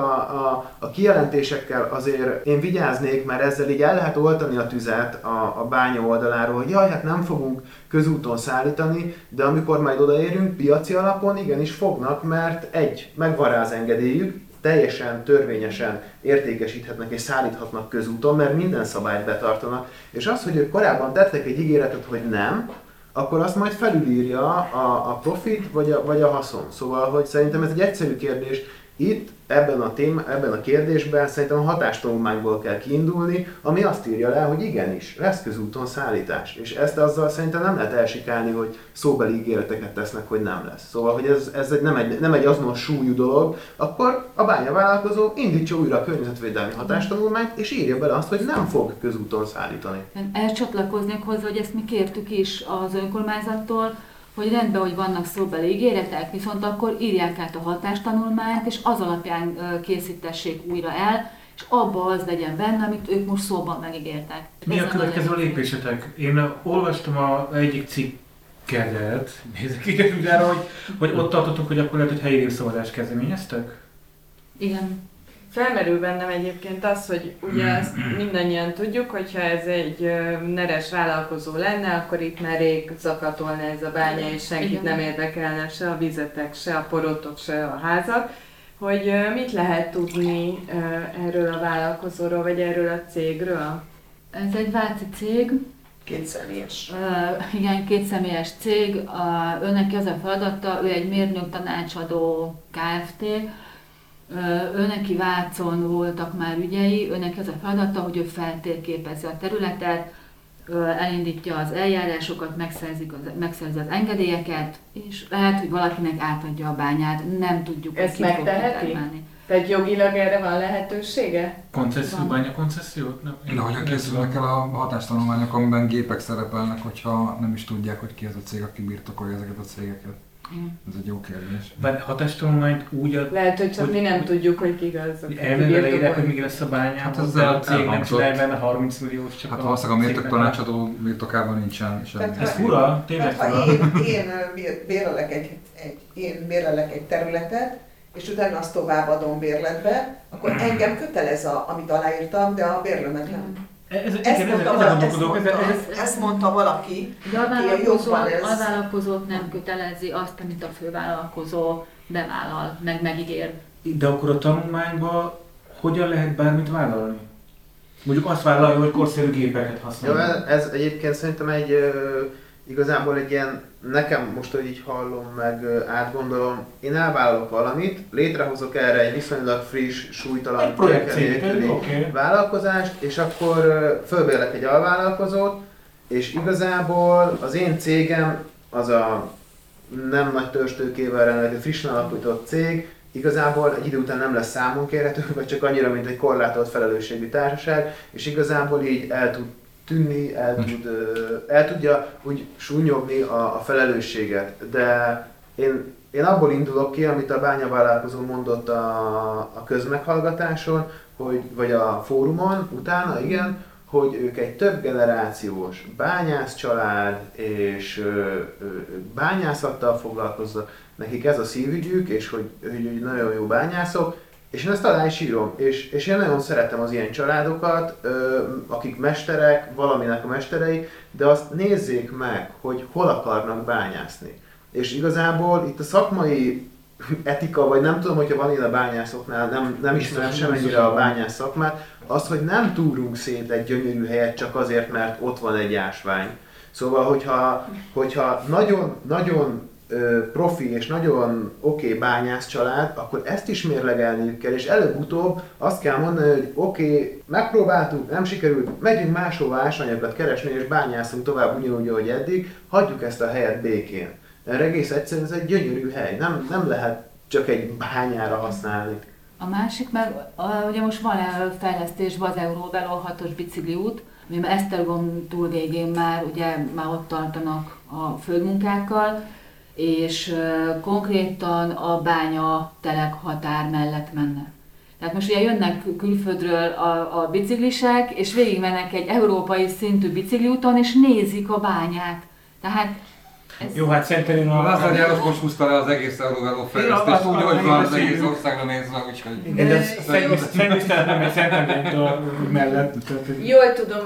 a kijelentésekkel azért én vigyáznék, mert ezzel így el lehet oltani a tüzet a bánya oldaláról, hogy jaj, hát nem fogunk közúton szállítani, de amikor majd odaérünk, piaci alapon igenis fognak, mert megvan rá az engedélyük, teljesen törvényesen értékesíthetnek és szállíthatnak közúton, mert minden szabályt betartanak, és az, hogy ők korábban tettek egy ígéretet, hogy nem, akkor azt majd felülírja a profit vagy a haszon. Szóval, hogy szerintem ez egy egyszerű kérdés. Itt ebben a kérdésben szerintem a hatástanulmányból kell kiindulni, ami azt írja le, hogy igenis, lesz közúton szállítás. És ezt azzal szerintem nem lehet elsikálni, hogy szóbeli ígéreteket tesznek, hogy nem lesz. Szóval, hogy ez nem egy azonos súlyú dolog, akkor a bányavállalkozó indítsa újra a környezetvédelmi hatástanulmányt, és írja bele azt, hogy nem fog közúton szállítani. Ehhez csatlakoznék hozzá, hogy ezt mi kértük is az önkormányzattól, hogy rendben, hogy vannak szóbeli ígéretek, viszont akkor írják át a hatástanulmányt, és az alapján készítessék újra el, és abba az legyen benne, amit ők most szóban megígértek. Mi a következő lépésetek? Én olvastam egyik cikkedet, nézzük így a hogy ott tartottuk, hogy akkor lehet, hogy helyi népszavazást kezdeményeztek? Igen. Felmerül bennem egyébként az, hogy ugye ezt mindannyian tudjuk, hogyha ez egy neres vállalkozó lenne, akkor itt már rég zakatolna ez a bánya, és senkit nem érdekelne se a vizetek, se a porotok, se a házak. Hogy mit lehet tudni erről a vállalkozóról, vagy erről a cégről? Ez egy váci cég. Kétszemélyes. Igen, kétszemélyes cég. Őnek az a feladata, ő egy mérnök tanácsadó Kft. Őneki Vácon voltak már ügyei, őnek ez a feladata, hogy ő feltérképezi a területet, elindítja az eljárásokat, megszerzi az engedélyeket, és lehet, hogy valakinek átadja a bányát, nem tudjuk, hogy ezt megteheti? Tehát jogilag erre van lehetősége? Bánya koncessziót? De hogyan készülnek el a hatástanulmányok, amiben gépek szerepelnek, hogyha nem is tudják, hogy ki az a cég, aki birtokolja ezeket a cégeket? Ez egy jó kérdés. Bár hatástanulmányt úgy... Lehet, hogy csak mi nem tudjuk, hogy ki az. Elmenve leírják, hogy még lesz a bányában, hát a cég nem csinálja benne 30 milliós, csak hát valószínűleg a mértök tanácsadó birtokában nincsen semmi. Ez fura, tényleg fura. Ha én bérlelek egy területet, és utána azt továbbadom bérletbe, akkor engem kötelez, amit aláírtam, de a bérlőmet nem. Ezt mondta valaki. De a vállalkozót nem kötelezi azt, amit a fővállalkozó bevállal, megígér. De akkor a tanulmányban hogyan lehet bármit vállalni? Mondjuk azt vállalja, hogy korszerű gépeket használ. Ja, ez egyébként szerintem igazából egy ilyen, nekem most, hogy így hallom, meg átgondolom, én elvállalok valamit, létrehozok erre egy viszonylag friss, súlytalan, vállalkozást, és akkor fölbérlek egy alvállalkozót, és igazából az én cégem az a nem nagy törzstőkével rendelkező, frissen alapított cég, igazából egy idő után nem lesz számon kérhető, vagy csak annyira, mint egy korlátolt felelősségű társaság, és igazából így el tud tűnni, el tudja úgy súnyogni a felelősséget, de én abból indulok ki, amit a bányavállalkozó mondott a közmeghallgatáson, vagy a fórumon utána, igen, hogy ők egy több generációs bányászcsalád és bányászattal foglalkoznak, nekik ez a szívügyük, és hogy nagyon jó bányászok, és én ezt alá is írom, és én nagyon szeretem az ilyen családokat, akik mesterek, valaminek a mesterei, de azt nézzék meg, hogy hol akarnak bányászni. És igazából itt a szakmai etika, vagy nem tudom, hogyha van én a bányászoknál, nem ismerem semennyire a bányász szakmát, az, hogy nem túrunk szét egy gyönyörű helyet csak azért, mert ott van egy ásvány. Szóval, hogyha nagyon profi és nagyon oké bányász család, akkor ezt is mérlegelniük kell, és előbb-utóbb azt kell mondani, hogy oké, megpróbáltuk, nem sikerült, megyünk máshova ásványokat keresni, és bányászunk tovább ugyanúgy, ahogy eddig, hagyjuk ezt a helyet békén. Mert egész egyszerűen ez egy gyönyörű hely, nem lehet csak egy bányára használni. A másik meg, ugye most van fejlesztésben az Eurovelo 6-os bicikliút, ami Esztergom túl végén már ott tartanak a földmunkákkal, és konkrétan a bányatelek határ mellett mennek. Tehát most ugye jönnek külföldről a biciklisek, és végigmennek egy európai szintű bicikliúton, és nézik a bányát. Tehát jó, hát szerintem én a Lázár János most húzta le az egész Eurovelo fejlesztést, úgy, hogy van az egész országra nézve, úgyhogy... Igen, de szerintem nem egy szempontból mellett. Jól tudom,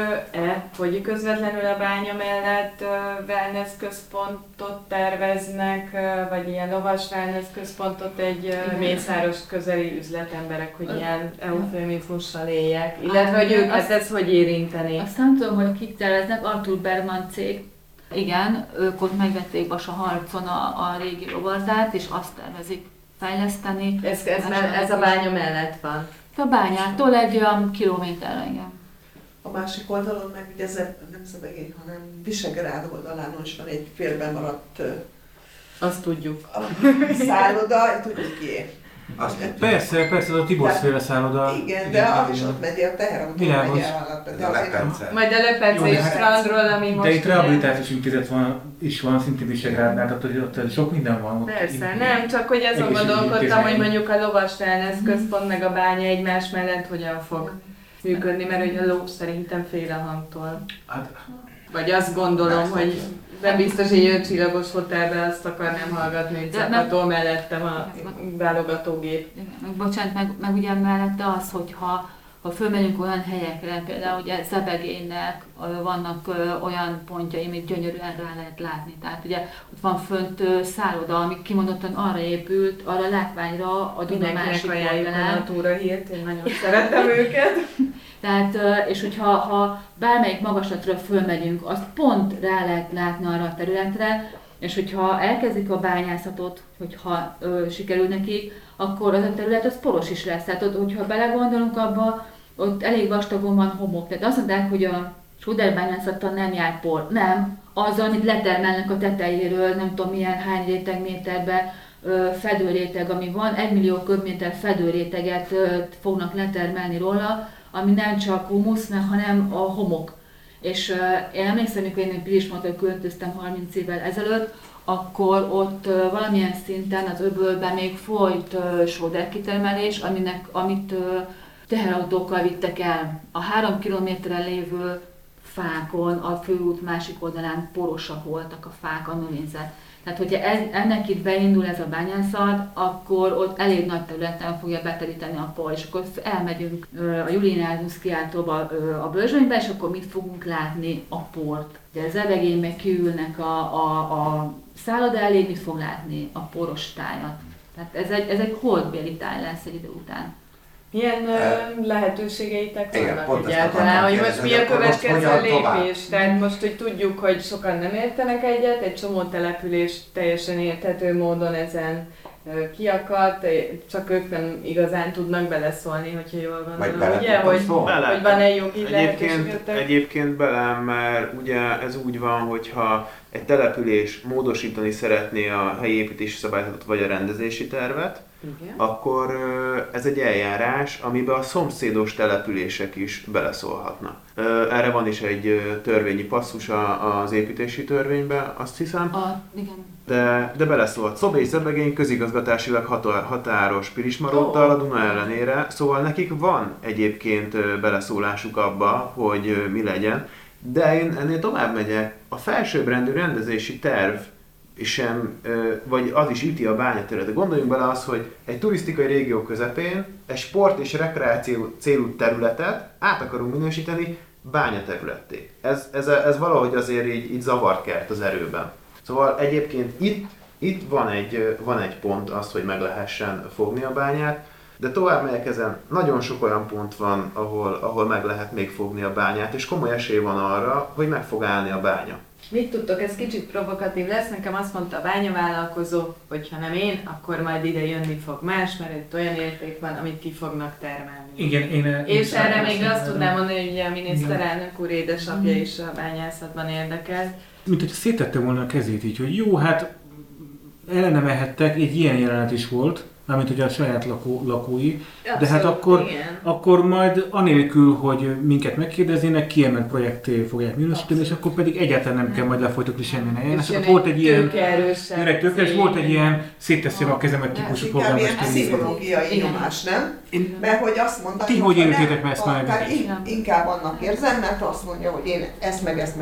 hogy közvetlenül a bánya mellett wellness központot terveznek, vagy ilyen lovas wellness központot egy Mészáros közeli üzletemberek, hogy ilyen eufemizmussal éljek, illetve hogy őket ez hogy érinteni. Azt nem tudom, hogy kik terveznek, Arthur Bergman cég. Igen, ők ott megvették Basa-Harcon a régi rovardát, és azt tervezik fejleszteni. Ez a bánya mellett van? A bányától egy olyan kilométerre, igen. A másik oldalon meg ugye nem Zebegény, hanem Visegrád oldalán is van egy félben maradt azt tudjuk. Szálloda, tudjuk ki. Persze, ez a Tiborszféle szálloda. Igen, de az is ott megy a teherautó, megy el. Majd a Lepence strandról, ami most... De itt rehabilitációs intézet is van, szintén Visegrádnál, tehát ott sok minden van. Persze, nem, csak hogy azon gondolkodtam, hogy mondjuk a lovas wellness központ meg a bánya egymás mellett hogyan fog működni, mert hogy a ló szerintem fél a hangtól. Vagy azt gondolom, hogy nem biztos, hogy egy 5 csillagos hotelben azt akarnám hallgatni, hogy szakatól mellettem a válogatógép. Bocsánat, meg ugye mellette az, hogyha fölmegyünk olyan helyekre, például ugye Zebegénynek vannak olyan pontjai, amit gyönyörűen rá lehet látni. Tehát ugye ott van fönt szálloda, ami kimondottan arra épült, arra látványra a Duna másik oldalán. A túrahírt, én nagyon szeretem őket. Tehát, és hogyha bármelyik magaslatra fölmegyünk, azt pont rá lehet látni arra a területre, és hogyha elkezdik a bányászatot, hogyha sikerül nekik, akkor az a terület az poros is lesz. Tehát hogyha belegondolunk abba, ott elég vastagon van homok. Tehát azt mondták, hogy a sóderbányászattal nem jár por. Nem. Azzal, amit letermelnek a tetejéről, nem tudom milyen hány rétegméterbe fedőréteg, ami van, 1 millió köbméter fedőréteget fognak letermelni róla, ami nem csak humusz, hanem a homok. És én emlékszem, amikor én Pilismártól költöztem 30 évvel ezelőtt, akkor ott valamilyen szinten az öbölben még folyt sóderkitermelés, amit teherautókkal vittek el. A 3 kilométeren lévő fákon, a főút másik oldalán porosak voltak a fák, a növényzet. Tehát, hogyha ennek itt beindul ez a bányászat, akkor ott elég nagy területen fogja beteríteni a por, és akkor elmegyünk a Julinárius kiáltóba a Börzsönybe, és akkor mit fogunk látni? A port. Ugye az Zebegén meg kiülnek a szálloda elé, mit fog látni? A poros tájat. Tehát ez egy holdbéli táj lesz egy idő után. Milyen lehetőségeitek vannak egyáltalán, hogy most mi a következő lépés? Tehát most, hogy tudjuk, hogy sokan nem értenek egyet, egy csomó település teljesen érthető módon ezen kiakadt, csak ők nem igazán tudnak beleszólni, hogyha jól gondolom, ugye? Hogy van egy jogi lehetőségetek? Egyébként bele, mert ugye ez úgy van, hogyha egy település módosítani szeretné a helyi építési szabályzatot vagy a rendezési tervet, akkor ez egy eljárás, amiben a szomszédos települések is beleszólhatnak. Erre van is egy törvényi passzus az építési törvényben, azt hiszem. Igen. De beleszólt. Szoba és Zebegény közigazgatásilag határos Pilismaróttal a Duna ellenére, szóval nekik van egyébként beleszólásuk abba, hogy mi legyen, de én ennél tovább megyek. A felsőbbrendű rendezési terv sem, vagy az is üti a bányaterületet. Gondoljunk bele az, hogy egy turisztikai régió közepén egy sport és rekreáció célú területet át akarunk minősíteni bányaterületté. Ez valahogy azért így zavart kelt az erőben. Szóval egyébként itt van egy pont az, hogy meg lehessen fogni a bányát, de tovább megyek ezen, nagyon sok olyan pont van, ahol meg lehet még fogni a bányát, és komoly esély van arra, hogy meg fog állni a bánya. Mit tudtok, ez kicsit provokatív lesz, nekem azt mondta a bányavállalkozó, hogy ha nem én, akkor majd ide jönni fog más, mert itt olyan érték van, amit ki fognak termelni. Igen, és erre még azt tudnám mondani, hogy ugye a miniszterelnök úr édesapja is a bányászatban érdekelt. Mint hogy széttette volna a kezét így, hogy jó, hát ellene mehettek, egy ilyen jelenet is volt, mármint ugye a saját lakói, de hát akkor majd anélkül, hogy minket megkérdeznének, kiemelt projekté fogják minősíteni, és akkor pedig egyáltalán nem kell majd lefolytatni semmilyen helyen. És volt egy ilyen tőkeerős, volt egy ilyen szétteszem a kezemet típusú polgármester. Inkább ilyen pszichológiai nyomás, nem? Mert hogy azt mondta, ti hogy éltétek meg ezt meg? Inkább annak érzem, mert azt mondja, hogy én ezt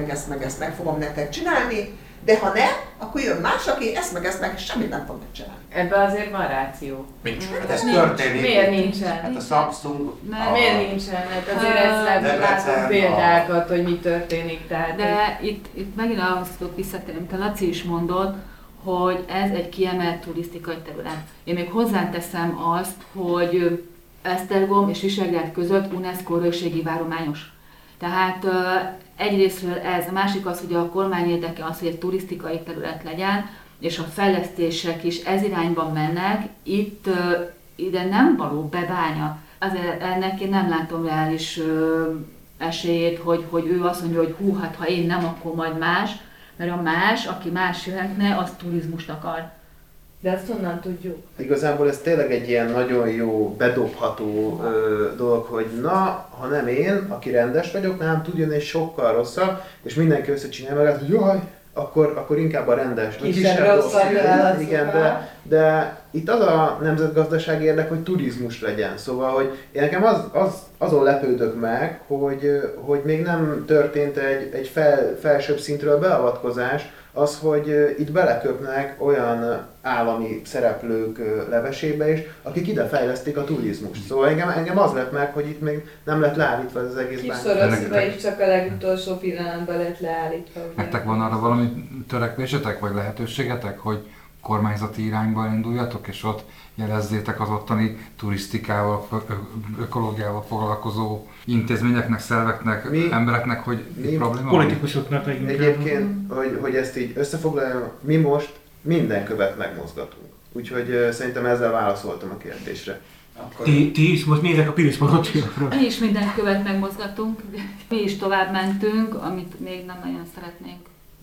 meg fogom nektek csinálni, de ha nem, akkor jön más, aki ezt meg semmit nem fog megcsinálni. Ebben azért van ráció. Hát ez történik. Miért nincsen? Hát a Samsung... Miért nincsen? Hát azért ezt látunk példákat, hogy mi történik. Tehát de itt megint ahhoz tudok visszatérni, amit a Laci is mondott, hogy ez egy kiemelt turisztikai terület. Én még hozzáteszem azt, hogy Esztergom és Visegrád között UNESCO örökségi várományos. Tehát egyrésztről ez, a másik az, hogy a kormány érdeke az, hogy egy turisztikai terület legyen, és a fejlesztések is ez irányban mennek, ide nem való bebánya. Azért ennek én nem látom reális esélyét, hogy ő azt mondja, hogy hú, hát ha én nem, akkor majd más, mert a más, aki más jöhetne, az turizmust akar. De azt honnan tudjuk? Igazából ez tényleg egy ilyen nagyon jó, bedobható dolog, hogy na, ha nem én, aki rendes vagyok, nem tud jönni egy sokkal rosszabb, és mindenki összecsinálja magát, hogy jaj, akkor inkább a rendes. Kisebb rosszabb jön. Igen, de itt az a nemzetgazdasági érdek, hogy turizmus legyen. Szóval, hogy én nekem azon lepődök meg, hogy még nem történt egy felsőbb szintről beavatkozás, az, hogy itt beleköpnek olyan állami szereplők levesébe is, akik ide fejlesztik a turizmust. Szóval engem az lett meg, hogy itt még nem lett leállítva ez az egész bánya. Kis-Szoroszba is csak a legutolsó pillanatban lett leállítva. Nektek van arra valami törekvésetek, vagy lehetőségetek, hogy kormányzati irányba induljatok, és ott jelezzétek az ottani turisztikával, ökológiával foglalkozó intézményeknek, szerveknek, embereknek, hogy probléma van? Politikusoknak egyébként, hogy ezt így összefoglaljam, mi most minden követ megmozgatunk. Úgyhogy szerintem ezzel válaszoltam a kérdésre. Ti is most nézek a Pilismarótiakra. Mi is minden követ megmozgatunk, mi is tovább mentünk, amit még nem nagyon szeretnénk.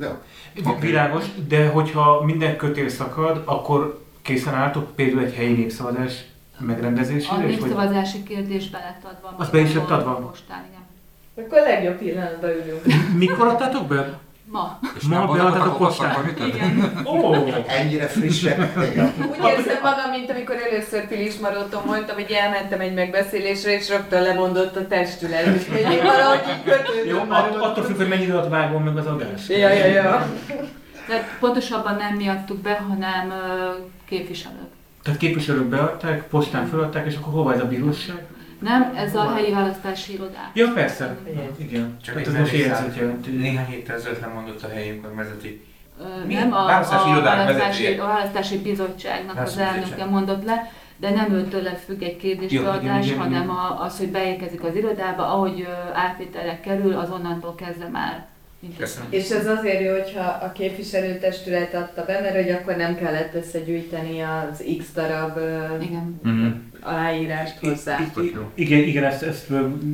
Világos, de hogyha minden kötél szakad, akkor készen álltok például egy helyi népszavazás megrendezésére? A népszavazási kérdés be lett adva. Az be is lett adva? Postán, igen. Akkor a legjobb pillanatban ülünk. Mikor adtátok be? Ma. És ma beadtátok postán? Igen. Ennyire frissek. Úgy érzem magam, mint amikor először Pilismaróton voltam, hogy elmentem egy megbeszélésre, és rögtön lemondott a testület. Úgyhogy én valahogy így kötődöm. Jó, attól függ, hogy mennyi időt vágom meg az adás. Ja. De pontosabban nem mi adtuk be, hanem képviselők. Tehát képviselők beadták, postán feladták, és akkor hova ez a bíróság? Nem, ez a helyi választási irodák. Ja, persze. Igen. Csak hát egy ez most érzőt jelenti. Néhány héttel ezelőtt lemondott a helyi önkormányzati. Nem, a választási bizottságnak az elnöke mondott le, de nem őtőle függ egy kérdésbeadás, hanem az, hogy beérkezik az irodába, ahogy átvételre kerül, az onnantól kezdve már. És ez azért jó, hogyha a képviselőtestület adta be, mert hogy akkor nem kellett összegyűjteni az X darab aláírást hozzá. Igen, ezt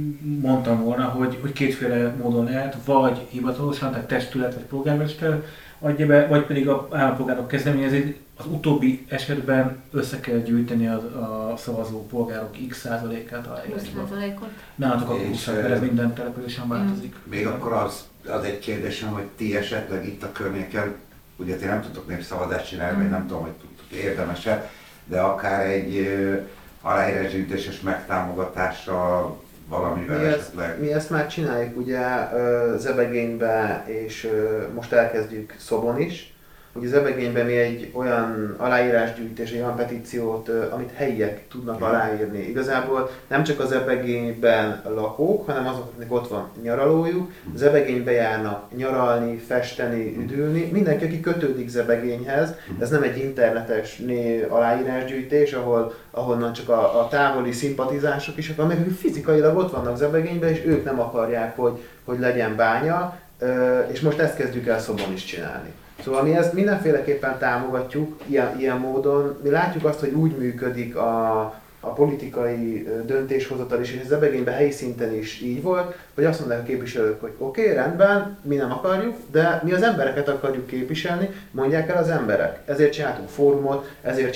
mondtam volna, hogy kétféle módon lehet, vagy hivatalosan, tehát testület vagy polgármester, adja be, vagy pedig a állampolgárok kezdeményezik. Az utóbbi esetben össze kell gyűjteni a szavazó polgárok x százalékát a 20%-ot. Nálatok akkor 20, mert ez minden településen változik. Még akkor az egy kérdésem, hogy ti esetleg itt a környéken, ugye ti nem tudtok népszavazást csinálni, vagy nem tudom, hogy tudtok érdemes-e, de akár egy aláírásgyűjtéses megtámogatással valamivel esetleg. Mi ezt már csináljuk ugye Zebegénybe, és most elkezdjük Szobon is. Ugye Zebegényben mi egy olyan aláírásgyűjtés, egy olyan petíciót, amit helyiek tudnak aláírni. Igazából nem csak az Zebegényben lakók, hanem azok, akik ott van nyaralójuk, Zebegénybe járnak nyaralni, festeni, üdülni. Mindenki, aki kötődik Zebegényhez, ez nem egy internetes aláírásgyűjtés, ahonnan csak a távoli szimpatizások is, hanem akik fizikailag ott vannak Zebegényben, és ők nem akarják, hogy legyen bánya, és most ezt kezdjük el Szobon is csinálni. Szóval mi ezt mindenféleképpen támogatjuk ilyen módon. Mi látjuk azt, hogy úgy működik a politikai döntéshozatal is, és a Zebegényben helyi szinten is így volt, hogy azt mondják a képviselők, hogy oké, rendben, mi nem akarjuk, de mi az embereket akarjuk képviselni, mondják el az emberek. Ezért csináltunk fórumot,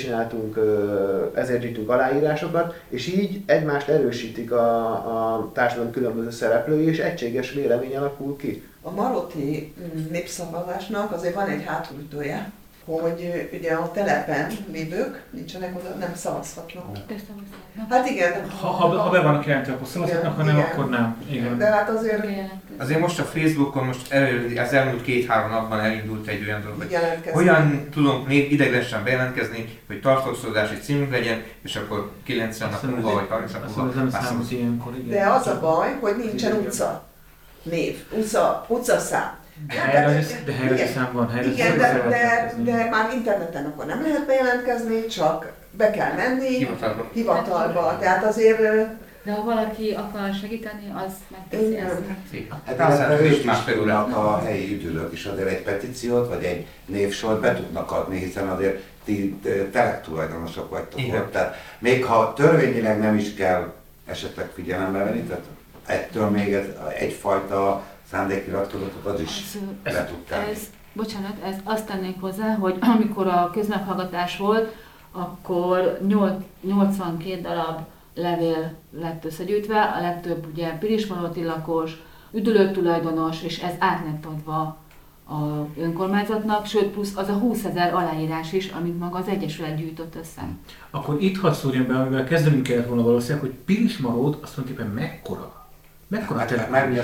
ezért gyűjtünk aláírásokat, és így egymást erősítik a társadalom különböző szereplői, és egységes vélemény alakul ki. A maroti népszavazásnak azért van egy hátulütője, hogy ugye a telepen lévők nincsenek oda, nem szavazhatnak. De szavazhatnak. Hát igen. Ha be vannak jelentve, akkor szavazhatnak, ha nem, akkor nem. Igen. De hát azért Azért most a Facebookon az elmúlt 2-3 napban elindult egy olyan dolog, hogy jelentkezni. hogyan tudunk ideiglenesen bejelentkezni, hogy tartózkodási címünk legyen, és akkor 90 nap múlva vagy 30 nap múlva már szavazunk. De az a baj, hogy nincsen utca név, utcaszám. De helyrajzi szám van, igen, de már interneten akkor nem lehet bejelentkezni, csak be kell menni hivatalba. Tehát azért... De ha valaki akar segíteni, az megteszi ezt. Hát ők is tudnak a helyi üdülők is azért egy petíciót, vagy egy névsort be tudnak adni, hiszen azért ti telektulajdonosok vagytok ott. Tehát még ha törvényileg nem is kell esetleg figyelembe venni, tehát ettől még egyfajta szándéknyilatkozatot az is le tud tenni. Bocsánat, azt tennék hozzá, hogy amikor a közmeghallgatás volt, akkor 82 darab levél lett összegyűjtve, a legtöbb ugye Pilismaroti lakos, üdülő tulajdonos, és ez át lett adva az önkormányzatnak, sőt plusz az a 20 000 aláírás is, amit maga az Egyesület gyűjtött össze. Akkor itt hadd szúrjam be, amivel kezdenünk kellett volna valószínűleg, hogy Pilismarot azt tulajdonképpen mekkora? Mekkora település?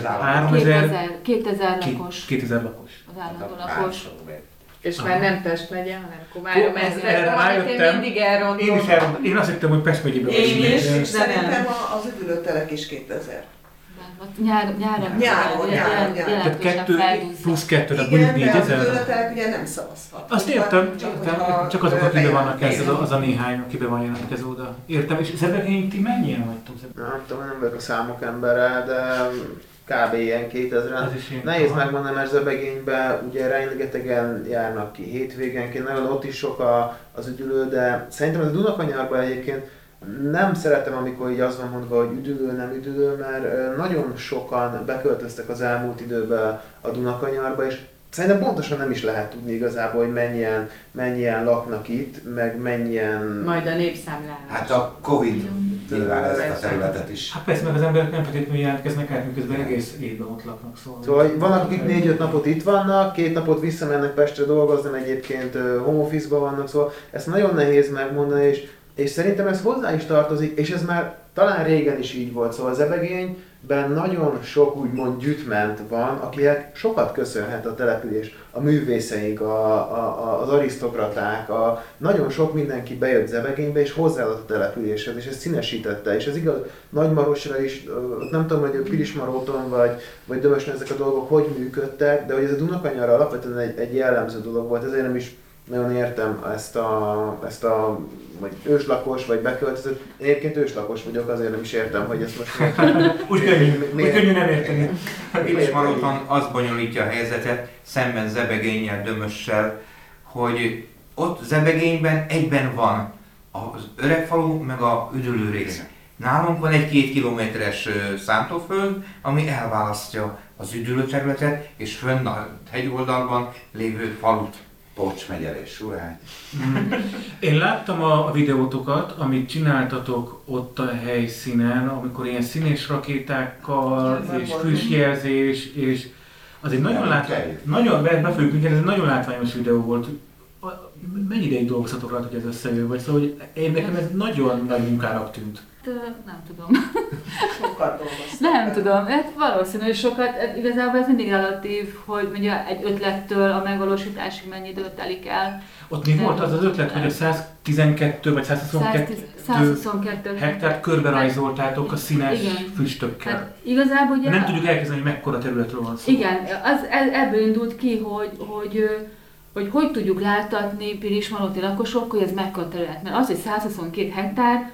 2000 lakos. 2000 lakos. Az állandó lakos. És már nem Pest megye, hanem Komárom-Ezred, erre rájöttem. mindig elrondolom. Én is elrondolom. Én azt hittem, hogy Pest megyében vagy. Én is. És szerintem az üdülőtelek is 2000. Nyáron. Tehát 2 plusz 2, tehát igen, mondjuk 4000. Igen, de az üdülőtelek ugye nem szavazhat. Azt értem, csak azok, akiben vannak ez, az a néhány, akiben van jelentkező oda. Értem, és Zebegény, ti mennyien vagytok? Nem tudom, nem vagyok a számok embere, de kb. Ilyen 2000-en. Nehéz megmondani, mert Zebegényben ugye rengetegen járnak ki hétvégenként, nagyon ott is sok az üdülő, de szerintem ez a Dunakanyarban egyébként nem szeretem, amikor így az van mondva, hogy üdülő, nem üdülő, mert nagyon sokan beköltöztek az elmúlt időben a Dunakanyarba, és szerintem pontosan nem is lehet tudni igazából, hogy mennyien laknak itt, meg mennyien... Majd a népszámlálás. Hát a Covid nyilván ezt a területet is. Hát persze, meg az emberek nem feltétlenül jelentkeznek át, miközben egész évben ott laknak. Szóval vannak, akik 4-5 napot itt vannak, 2 napot visszamennek Pestre dolgozni, mert egyébként home office-ban vannak, szóval ezt nagyon nehéz megmondani, és szerintem ez hozzá is tartozik, és ez már talán régen is így volt, szóval Zebegényben nagyon sok úgymond gyütment van, akinek sokat köszönhet a település, a művészeink, az arisztokraták, nagyon sok mindenki bejött Zebegénybe és hozzáadott a településhez, és ez színesítette, és ez igaz Nagymarosra is, nem tudom, hogy Pilismaróton vagy Dömösön ezek a dolgok hogy működtek, de hogy ez a Dunakanyarra alapvetően egy jellemző dolog volt, ezért nem is nagyon értem ezt a vagy őslakos, vagy beköltözött. Én egyébként őslakos vagyok, azért nem is értem, hogy ezt most... Úgy könnyű nem érteni. Pilismaroton az bonyolítja a helyzetet, szemben Zebegénnyel, Dömössel, hogy ott Zebegényben egyben van az öreg falu, meg a üdülő rész. Nálunk van egy 2 kilométeres szántóföld, ami elválasztja az üdülőterületet és fönn a hegyoldalban lévő falut. Pocs, Megyere és Surány. Én láttam a videótokat, amit csináltatok ott a helyszínen, amikor ilyen színes rakétákkal és füstjelzés, és az egy nagyon be fogjuk minket, ez egy nagyon látványos videó volt. Mennyi ideig dolgoztatok rá, hogy ez összejön? Vagy szóval, hogy nekem ez nagyon nagy munkának tűnt. Nem tudom. Sokat dolgoztam. Nem tudom, hát valószínű, hogy sokat, igazából ez mindig relatív, hogy mondja egy ötlettől a megvalósításig mennyi időt telik el. Ott mi volt az ötlet, hogy a 112 vagy 122 hektárt körbe rajzoltátok a színes füstökkel. Hát igazából ugye... Nem tudjuk elkezdeni, hogy mekkora területről van szó. Igen, ebből indult ki, hogy tudjuk láttatni Pilismaroti lakosok, hogy ez mekkora terület. Mert az, hogy 122 hektár,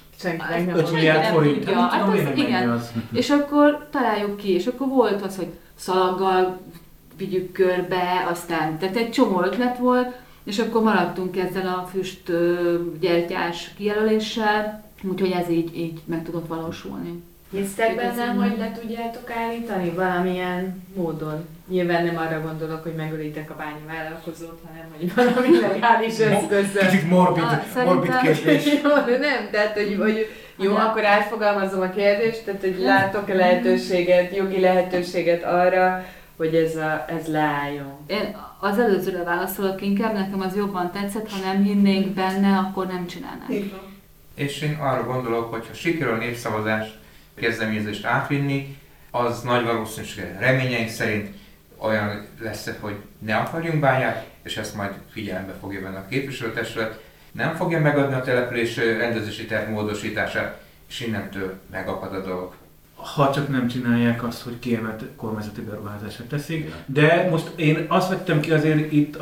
5 milliárd forint. Igen. És akkor találjuk ki, és akkor volt az, hogy szalaggal vigyük körbe, aztán, tehát egy csomó ötlet volt, és akkor maradtunk ezzel a füstgyertyás kijelöléssel, úgyhogy ez így meg tudott valósulni. Hisztek bennem, hogy le tudjátok állítani valamilyen módon? Nyilván nem arra gondolok, hogy megölitek a bányavállalkozót, hanem hogy valami legális eszközzel. Kicsit morbid kérdés. Nem, tehát hogy jó, akkor átfogalmazom a kérdést, tehát hogy látok-e lehetőséget, jogi lehetőséget arra, hogy ez leálljon? Én az előzőre válaszolok inkább, nekem az jobban tetszett, ha nem hinnénk benne, akkor nem csinálnánk. És én arra gondolok, hogy ha sikerül a népszavazás kezdeményezést átvinni, az nagy valószínűséggel reményeink szerint olyan lesz, hogy ne akarjunk bányát, és ezt majd figyelembe fogja venni a képviselőtestület, nem fogja megadni a település rendezési terv módosítását, és innentől megakad a dolog. Ha csak nem csinálják azt, hogy kiemelt kormányzati beruházásra teszik. De most én azt vettem ki azért itt,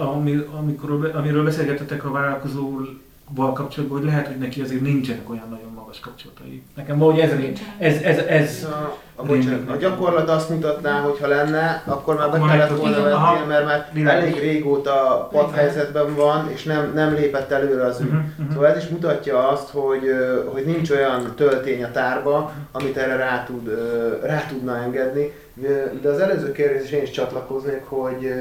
amiről beszélgettetek a vállalkozóval kapcsolatban, hogy lehet, hogy neki azért nincsenek olyan nagyon magas kapcsolatai. Nekem valahogy ez a gyakorlat azt mutatná, hogy ha lenne, akkor már be kellett volna venni, mert már elég régóta padhelyzetben van, és nem lépett előre az ügy. Szóval ez is mutatja azt, hogy nincs olyan töltény a tárba, amit erre rá tudna engedni. De az előző kérdésre én is csatlakoznék, hogy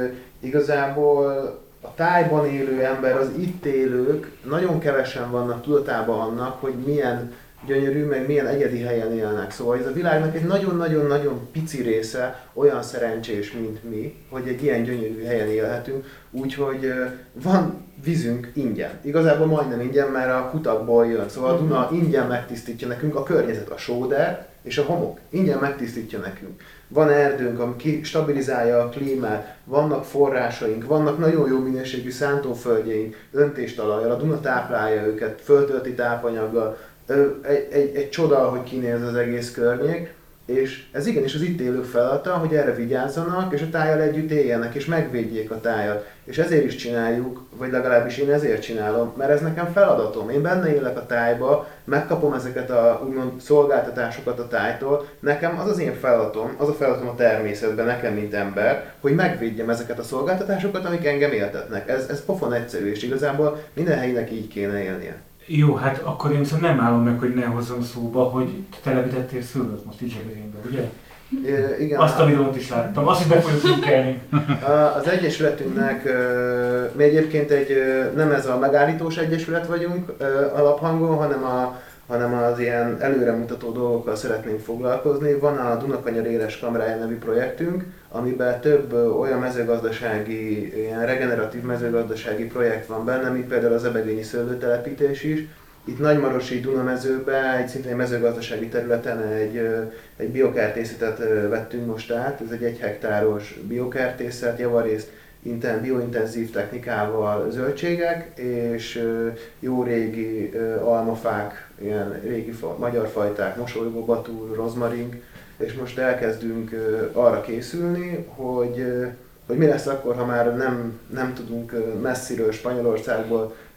igazából a tájban élő ember, az itt élők nagyon kevesen vannak tudatában annak, hogy milyen gyönyörű, meg milyen egyedi helyen élnek. Szóval ez a világnak egy nagyon-nagyon-nagyon pici része olyan szerencsés, mint mi, hogy egy ilyen gyönyörű helyen élhetünk, úgyhogy van vízünk ingyen. Igazából majdnem ingyen, mert a kutakból jön. Szóval a Duna ingyen megtisztítja nekünk, a környezet, a sóder és a homok ingyen megtisztítja nekünk. Van erdőnk, ami stabilizálja a klímát, vannak forrásaink, vannak nagyon jó minőségű szántóföldjeink, öntéstalajjal, a Duna táplálja őket, föltölti tápanyaggal, egy csoda, hogy kinéz az egész környék, és ez igenis az itt élők feladata, hogy erre vigyázzanak, és a tájjal együtt éljenek, és megvédjék a tájat. És ezért is csináljuk, vagy legalábbis én ezért csinálom, mert ez nekem feladatom. Én benne élek a tájba, megkapom ezeket a úgymond szolgáltatásokat a tájtól. Nekem az én feladatom, az a feladatom a természetben, nekem mint ember, hogy megvédjem ezeket a szolgáltatásokat, amik engem éltetnek. Ez pofon egyszerű, és igazából minden helynek így kéne élnie. Jó, hát akkor én viszont nem állom meg, hogy ne hozzam szóba, hogy te telepítettél szülőt most így Zsebedényben, ugye? Igen. Azt a videót is láttam, azt is be fogjuk linkelni. Az egyesületünknek mi egyébként nem ez a megállítós egyesület vagyunk alaphangon, hanem az ilyen előremutató dolgokkal szeretnénk foglalkozni. Van a Dunakanyar Éles Kamrája nevű projektünk, amiben több olyan mezőgazdasági, ilyen regeneratív mezőgazdasági projekt van benne, mint például az ebegényi szőlőtelepítés is. Itt Nagymarosi Dunamezőben, egy szintén mezőgazdasági területen egy biokertészetet vettünk most át. Ez egy 1 hektáros biokertészet, javarészt biointenzív technikával zöldségek, és jó régi almafák, ilyen régi magyar fajták, mosolygóbatúr, rozmaring, és most elkezdünk arra készülni, hogy mi lesz akkor, ha már nem tudunk messziről, Spanyolországból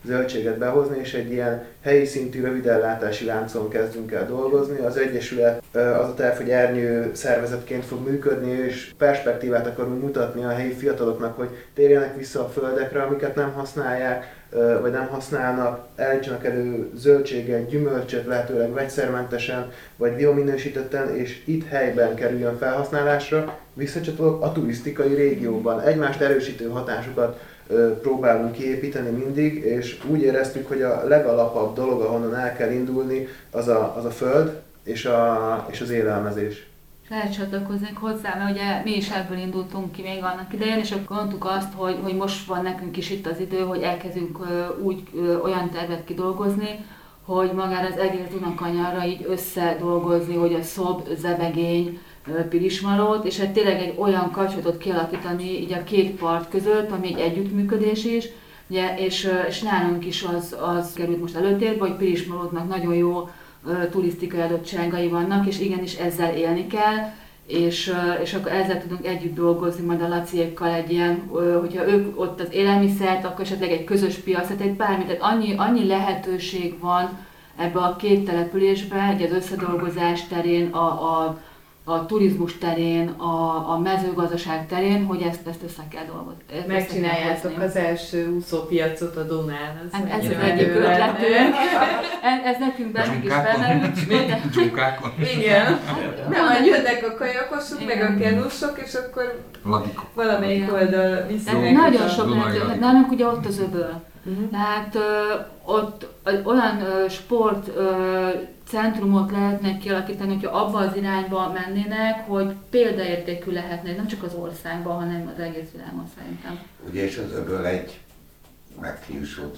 zöldséget behozni, és egy ilyen helyi szintű rövidellátási láncon kezdünk el dolgozni. Az Egyesület az a terv, hogy ernyő szervezetként fog működni, és perspektívát akarunk mutatni a helyi fiataloknak, hogy térjenek vissza a földekre, amiket nem használják, vagy nem használnak, állítsanak elő zöldséget, gyümölcsöt, lehetőleg vegyszermentesen, vagy biominősítetten, és itt helyben kerüljön felhasználásra, visszacsatolok a turisztikai régióban. Egymást erősítő hatásokat próbálunk kiépíteni mindig, és úgy éreztük, hogy a legalapabb dolog, ahonnan el kell indulni, az a föld és az élelmezés. Lehet csatlakozni hozzá, mert ugye mi is ebből indultunk ki még annak idején, és akkor mondtuk azt, hogy most van nekünk is itt az idő, hogy elkezdünk olyan tervet kidolgozni, hogy magára az egész Dunakanyarra így összedolgozni, hogy a Szob, Zebegény, Pilismarót, és hát tényleg egy olyan kapcsolatot kialakítani így a két part között, ami egy együttműködés is, ugye, és nálunk is az került most előtérbe, hogy Pilismarótnak nagyon jó turisztikai adottságai vannak, és igenis ezzel élni kell, és akkor ezzel tudunk együtt dolgozni majd a Laciékkal egy ilyen, hogyha ők ott az élelmiszert, akkor esetleg egy közös piac, tehát egy bármit, tehát annyi lehetőség van ebbe a két településbe, egy az összedolgozás terén, a turizmus terén, a mezőgazdaság terén, hogy ezt össze kell dolgozni. Megcsináljátok az első úszópiacot a Dunán. Ez az egyik ötletünk. Ez nekünk bennünk is felmerült. Csókákon. Igen. Nem, majd jönnek a kajakosok, meg a kenusok, és akkor valamelyik oldal visznek. Nagyon sok lehető. Hát nálunk ugye ott az öböl. Tehát ott olyan sport centrumot lehetnek kialakítani, hogyha abba az irányba mennének, hogy példaértékű lehetne, nem csak az országban, hanem az egész világon szerintem. Ugye és az öböl egy meghiúsult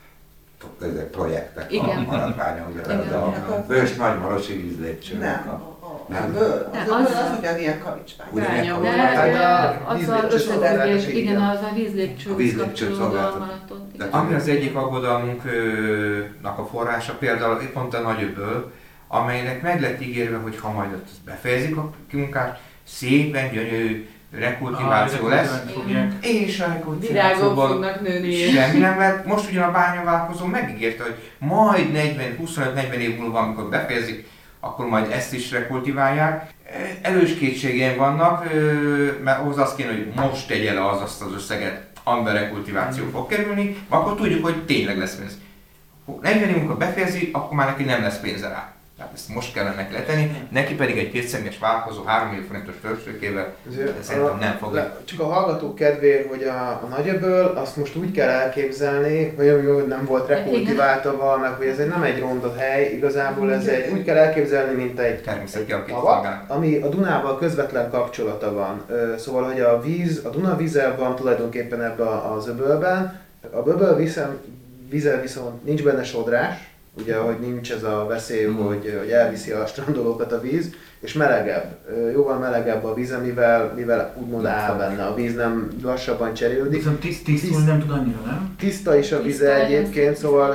projektek igen. A maradványa, ugye ez a Bős Nagymarosi vízlépcső. Nem, az ugyanilyen kavicsvány. Az az összefüggés, igen, az a vízlépcsőhöz kapcsolódóan maradt ott. Ami az egyik aggodalmunknak a forrása, például pont a Nagyöböl, amelynek meg lett ígérve, hogy ha majd ott befejezik a kimunkást, szépen gyönyörű rekultiváció lesz, és a rekultivációban semmi nem lett. Most ugyan a bányavállalkozó megígérte, hogy majd 25-40 év múlva, amikor befejezik, akkor majd ezt is rekultiválják. Elős kétségeim vannak, mert ahhoz azt kéne, hogy most tegye le azt az összeget, amiben rekultiváció fog kerülni, akkor tudjuk, hogy tényleg lesz pénz. 40 év múlva befejezi, akkor már neki nem lesz pénze rá. Tehát ezt most kellene neki letenni, neki pedig egy kétszemélyes vállalkozó 3 millió forintos földsőkével szerintem nem fog. Csak a hallgatók kedvéért, hogy a Nagyöböl azt most úgy kell elképzelni, hogy nem volt rekultiváltva, meg hogy ez nem egy ronda hely, igazából ez úgy kell elképzelni, mint egy tavat, ami a Dunával közvetlen kapcsolata van. Szóval, hogy a Duna vízzel van tulajdonképpen ebben az öbölben, a böböl vízzel viszont nincs benne sodrás, ugye, hogy nincs ez a veszély, hogy elviszi a strandolókat a víz, és melegebb, jóval melegebb a víz, mivel úgymond áll benne, a víz nem lassabban cserélődik. Viszont tisztul nem tud annyira, nem? Tiszta is a víze egyébként, szóval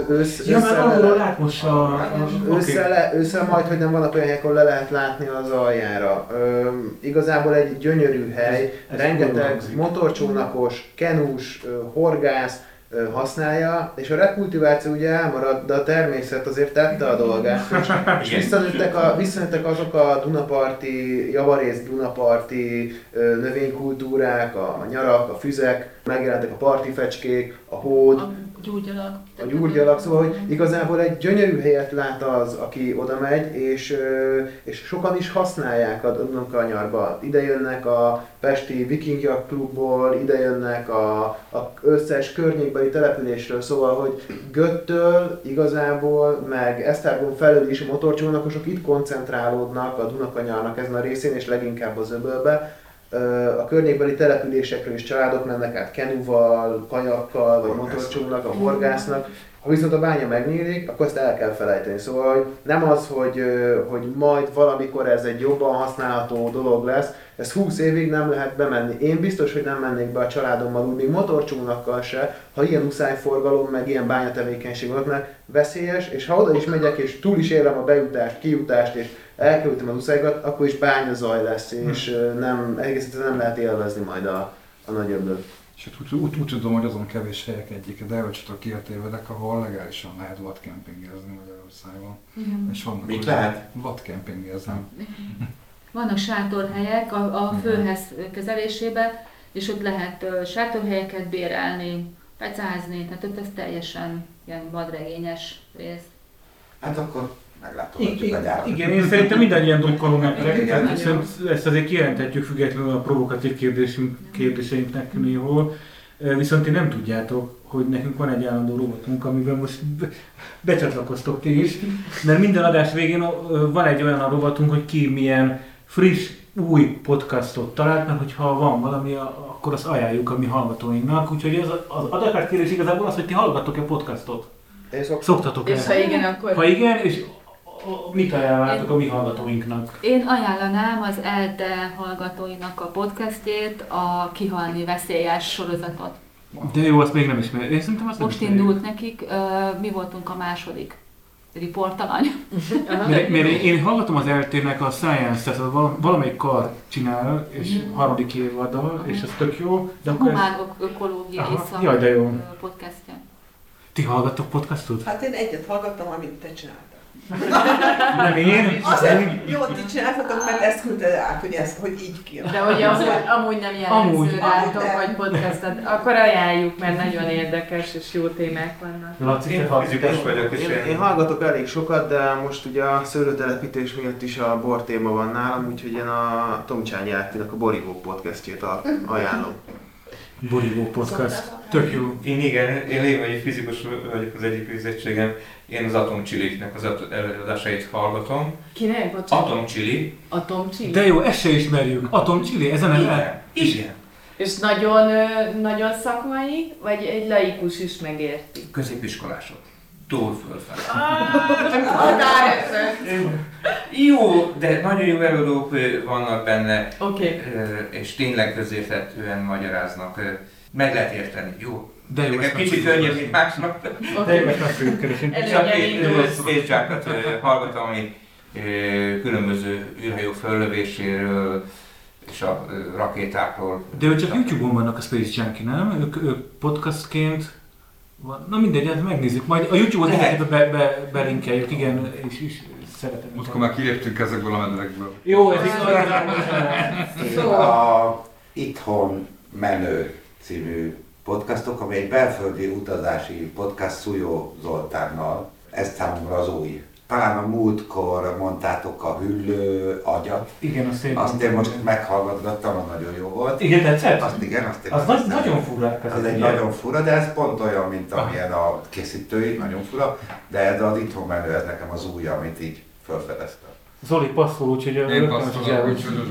ősszel majd, hogy nem vannak olyan helyek, ahol le lehet látni az aljára. Igazából egy gyönyörű hely, rengeteg motorcsónakos, kenús, horgász, használja, és a rekultiváció ugye elmarad, de a természet azért tette a dolgát. És visszanőttek azok a dunaparti, javarész dunaparti növénykultúrák, a nyarak, a füzek, megjelentek a partifecskék, a hód, a gyurgyalak, szóval hogy igazából egy gyönyörű helyet lát az, aki oda megy, és sokan is használják a Dunakanyarba. Ide jönnek a pesti vikingjak klubból, ide jönnek a összes környékbeli településről, szóval hogy Göttől igazából, meg Esztergom felül is a motorcsónakosok itt koncentrálódnak a Dunakanyarnak ezen a részén, és leginkább az öbölbe. A környékbeli településekről is családok mennek át kenuval, kajakkal, vagy motorcsónak, a horgásznak. Ha viszont a bánya megnyílik, akkor ezt el kell felejteni. Szóval hogy nem az, hogy majd valamikor ez egy jobban használható dolog lesz, ez 20 évig nem lehet bemenni. Én biztos, hogy nem mennék be a családommal úgy, még motorcsónakkal se, ha ilyen uszályforgalom, meg ilyen bányatevékenység volt, mert veszélyes, és ha oda is megyek, és túl is élem a bejutást, kijutást, és elkerültem az uszályokat, akkor is bányazaj lesz, és egész nem lehet élvezni majd a Nagyöblöt. És úgy tudom, hogy azon kevés helyek egyike, de elvecsetek kiértévedek, ahol legálisan lehet vadkempingezni Magyarországon. És vannak mit lehet? Vadkempingezni. Vannak sátorhelyek a főház kezelésében, és ott lehet sátorhelyeket bérelni, pecázni, tehát ott ez teljesen ilyen vadregényes rész. Hát akkor meglátogatjuk a gyárat. Igen, én szerintem mindannyian drukkolunk nektek, ezt azért kijelenthetjük függetlenül a provokatív kérdéseinknek néhol. Viszont ti nem tudjátok, hogy nekünk van egy állandó robotunk, amiben most becsatlakoztok ti is, mert minden adás végén van egy olyan robotunk, hogy ki milyen friss, új podcastot talált, mert hogyha van valami, akkor azt ajánljuk a mi hallgatóinknak. Úgyhogy az adakát kérdés igazából az, hogy ti hallgattok-e podcastot? Szoktatok-e? És ha igen, akkor... Ha igen, és mit ajánlátok a mi hallgatóinknak? Én ajánlanám az ELTE hallgatóinak a podcastjét, a Kihalni veszélyes sorozatot. De jó, azt még nem ismerem. Én szerintem azt most indult nekik, mi voltunk a második riportalany. Mert én hallgatom az ELTE-nek a Science, tehát valamelyik kar csinál, és harmadik évaddal, és ez tök jó. De Humágok ökológiai podcastja. Ti hallgattok podcastot? Hát én egyet hallgattam, amit te csináltál. Nem én? Azért jó, ti csináltatok, mert ezt küldted át, hogy így ki. De hogy amúgy nem jellemző rátok, hogy podcastet, akkor ajánljuk, mert nagyon érdekes és jó témák vannak. Laci, én hallgatok elég sokat, de most ugye a szőlőtelepítés miatt is a bor téma van nálam, úgyhogy én a Tomcsányi Árpinak a Borívó podcastjét ajánlom. Borívó podcast. Tök jó. Én lévai fizikus vagyok az egyik végzettségem. Én az Atomcsiliknek az előadásait hallgatom. Kinek? Bocsánat. Atomcsili. Atomcsili? De jó, ezt se ismerjük. Atomcsili, ez a neve? Igen. És nagyon szakmai, vagy egy laikus is megérti? Középiskolások. Túl fölfelé. Jó, de nagyon jó előadók vannak benne, és tényleg közérthetően magyaráznak. Meg lehet érteni, jó? De jó, egy kicsit könnyebb, mint másnak. De jó, ezt meg fogjuk keresni. Csak én Space hallgatom, ami különböző űrhajók föllövéséről és a rakétákról. De ők csak YouTube-on vannak a Space Junkie, nem? Ők podcastként van. Na mindegy, hát megnézzük. Majd a YouTube-ot belinkeljük, igen, és szeretem. Most akkor már kiléptünk ezekből a medrekből. Jó, ez igaz. A Itthon Menő című podcastok, ami egy belföldi utazási podcast Szújó Zoltánnal. Ez számomra az új. Talán a múltkor mondtátok a Hüllő agyat. Igen, azt én most meghallgattam, az nagyon jó volt. Igen, tetszett? Azt igen, azt én az nagyon fura. Az egy nagyon fura, de ez pont olyan, mint amilyen a készítői, nagyon fura. De ez az Itthon Menő, ez nekem az új, amit így felfedeztem. Zoli passzol, úgyhogy... Én passzolok, úgyhogy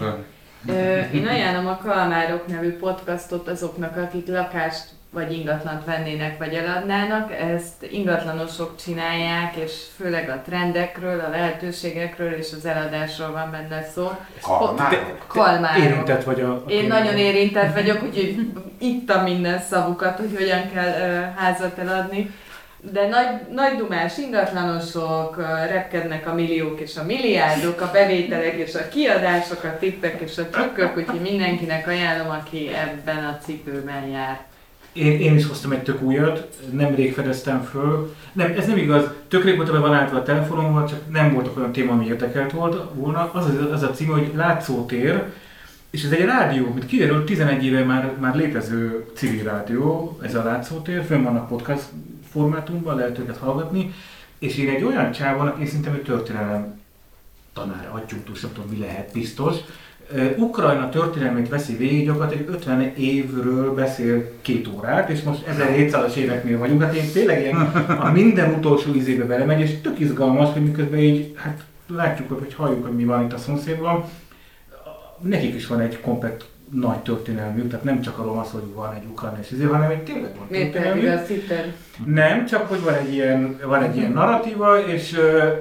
Én ajánlom a Kalmárok nevű podcastot azoknak, akik lakást vagy ingatlant vennének, vagy eladnának. Ezt ingatlanosok csinálják, és főleg a trendekről, a lehetőségekről és az eladásról van benne szó. Kalmárok. Érintett vagy Én nagyon érintett vagyok, úgyhogy ittam minden szavukat, hogy hogyan kell házat eladni. De nagy dumás ingatlanosok, repkednek a milliók és a milliárdok, a bevételek és a kiadások, a tippek és a trükkök, úgyhogy mindenkinek ajánlom, aki ebben a cipőben jár. Én is hoztam egy tök újat, nemrég fedeztem föl. Nem, ez nem igaz, tök régóta be van állítva a telefonommal, csak nem voltak olyan téma, ami érdekelt volna. Az a címe, hogy Látszótér, és ez egy rádió, mint kiderült, 11 éve már létező civil rádió, ez a Látszótér, fönn vannak podcast formátumban, lehet őket hallgatni, és én egy olyan csávónak, én szerintem egy történelem tanár, adjunktus, nem tudom mi lehet, biztos. Ukrajna történelmét veszi végig, gyakorlatilag 50 évről beszél 2 órát, és most 1700-as éveknél vagyunk, hát én tényleg ilyen a minden utolsó izébe belemegy, és tök izgalmas, hogy miközben így, hát látjuk, hogy halljuk, hogy mi van itt a szomszédban. Nekik is van egy komplett nagy történelmük, tehát nem csak arról az, hogy van egy ukrajnás izé, hanem egy tényleg van történelmük. Nem, csak hogy van egy ilyen narratíva, és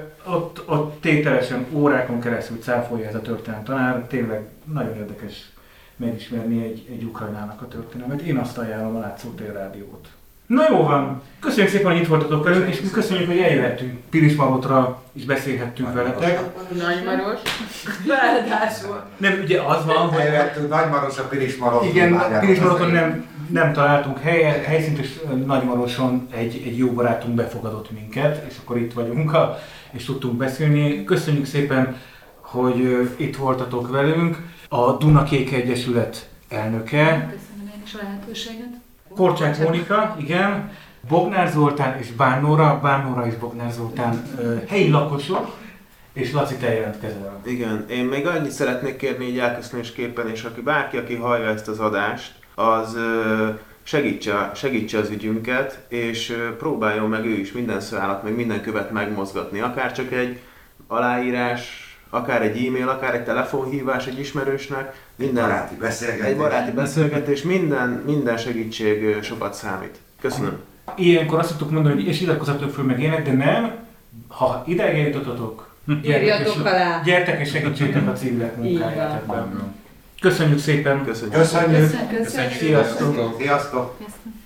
ott tételesen órákon keresztül cáfolja ez a történelem tanár, tényleg nagyon érdekes megismerni egy Ukrajnának a történelmet. Én azt ajánlom, a Látszótér rádiót. Na jó van, köszönjük szépen, hogy itt voltatok velünk, és köszönjük, hogy eljöhettünk Pilismarotra, és beszélhettünk veletek. Nagymaros. Ráadásul. Nem, ugye az van, hogy... Eljöttünk Nagymaros a Pilismarot. Igen, Pilismaroton nem nem találtunk helyszínt, és Nagymaroson egy jó barátunk befogadott minket, és akkor itt vagyunk, és tudtunk beszélni. Köszönjük szépen, hogy itt voltatok velünk. A Dunakék Egyesület elnöke. Köszönöm én is a lehetőséget. Korcsák Mónika, igen. Bognár Zoltán és Bárnóra és Bognár Zoltán helyi lakosok, és Laci, te jelentkezel. Igen, én még annyit szeretnék kérni így elköszönésképpen, és bárki, aki hallja ezt az adást, az segítse az ügyünket, és próbáljon meg ő is minden szállat, meg minden követ megmozgatni. Akár csak egy aláírás, akár egy e-mail, akár egy telefonhívás egy ismerősnek, egy baráti beszélgetés, minden segítség sokat számít. Köszönöm. Ilyenkor azt szoktuk mondani, hogy és iratkozzatok föl meg ének, de nem, ha ideig eljutottatok, gyertek és segítsétek a civilek munkáját ebben. Köszönjük szépen! Köszönjük! Sziasztok! Sziasztok!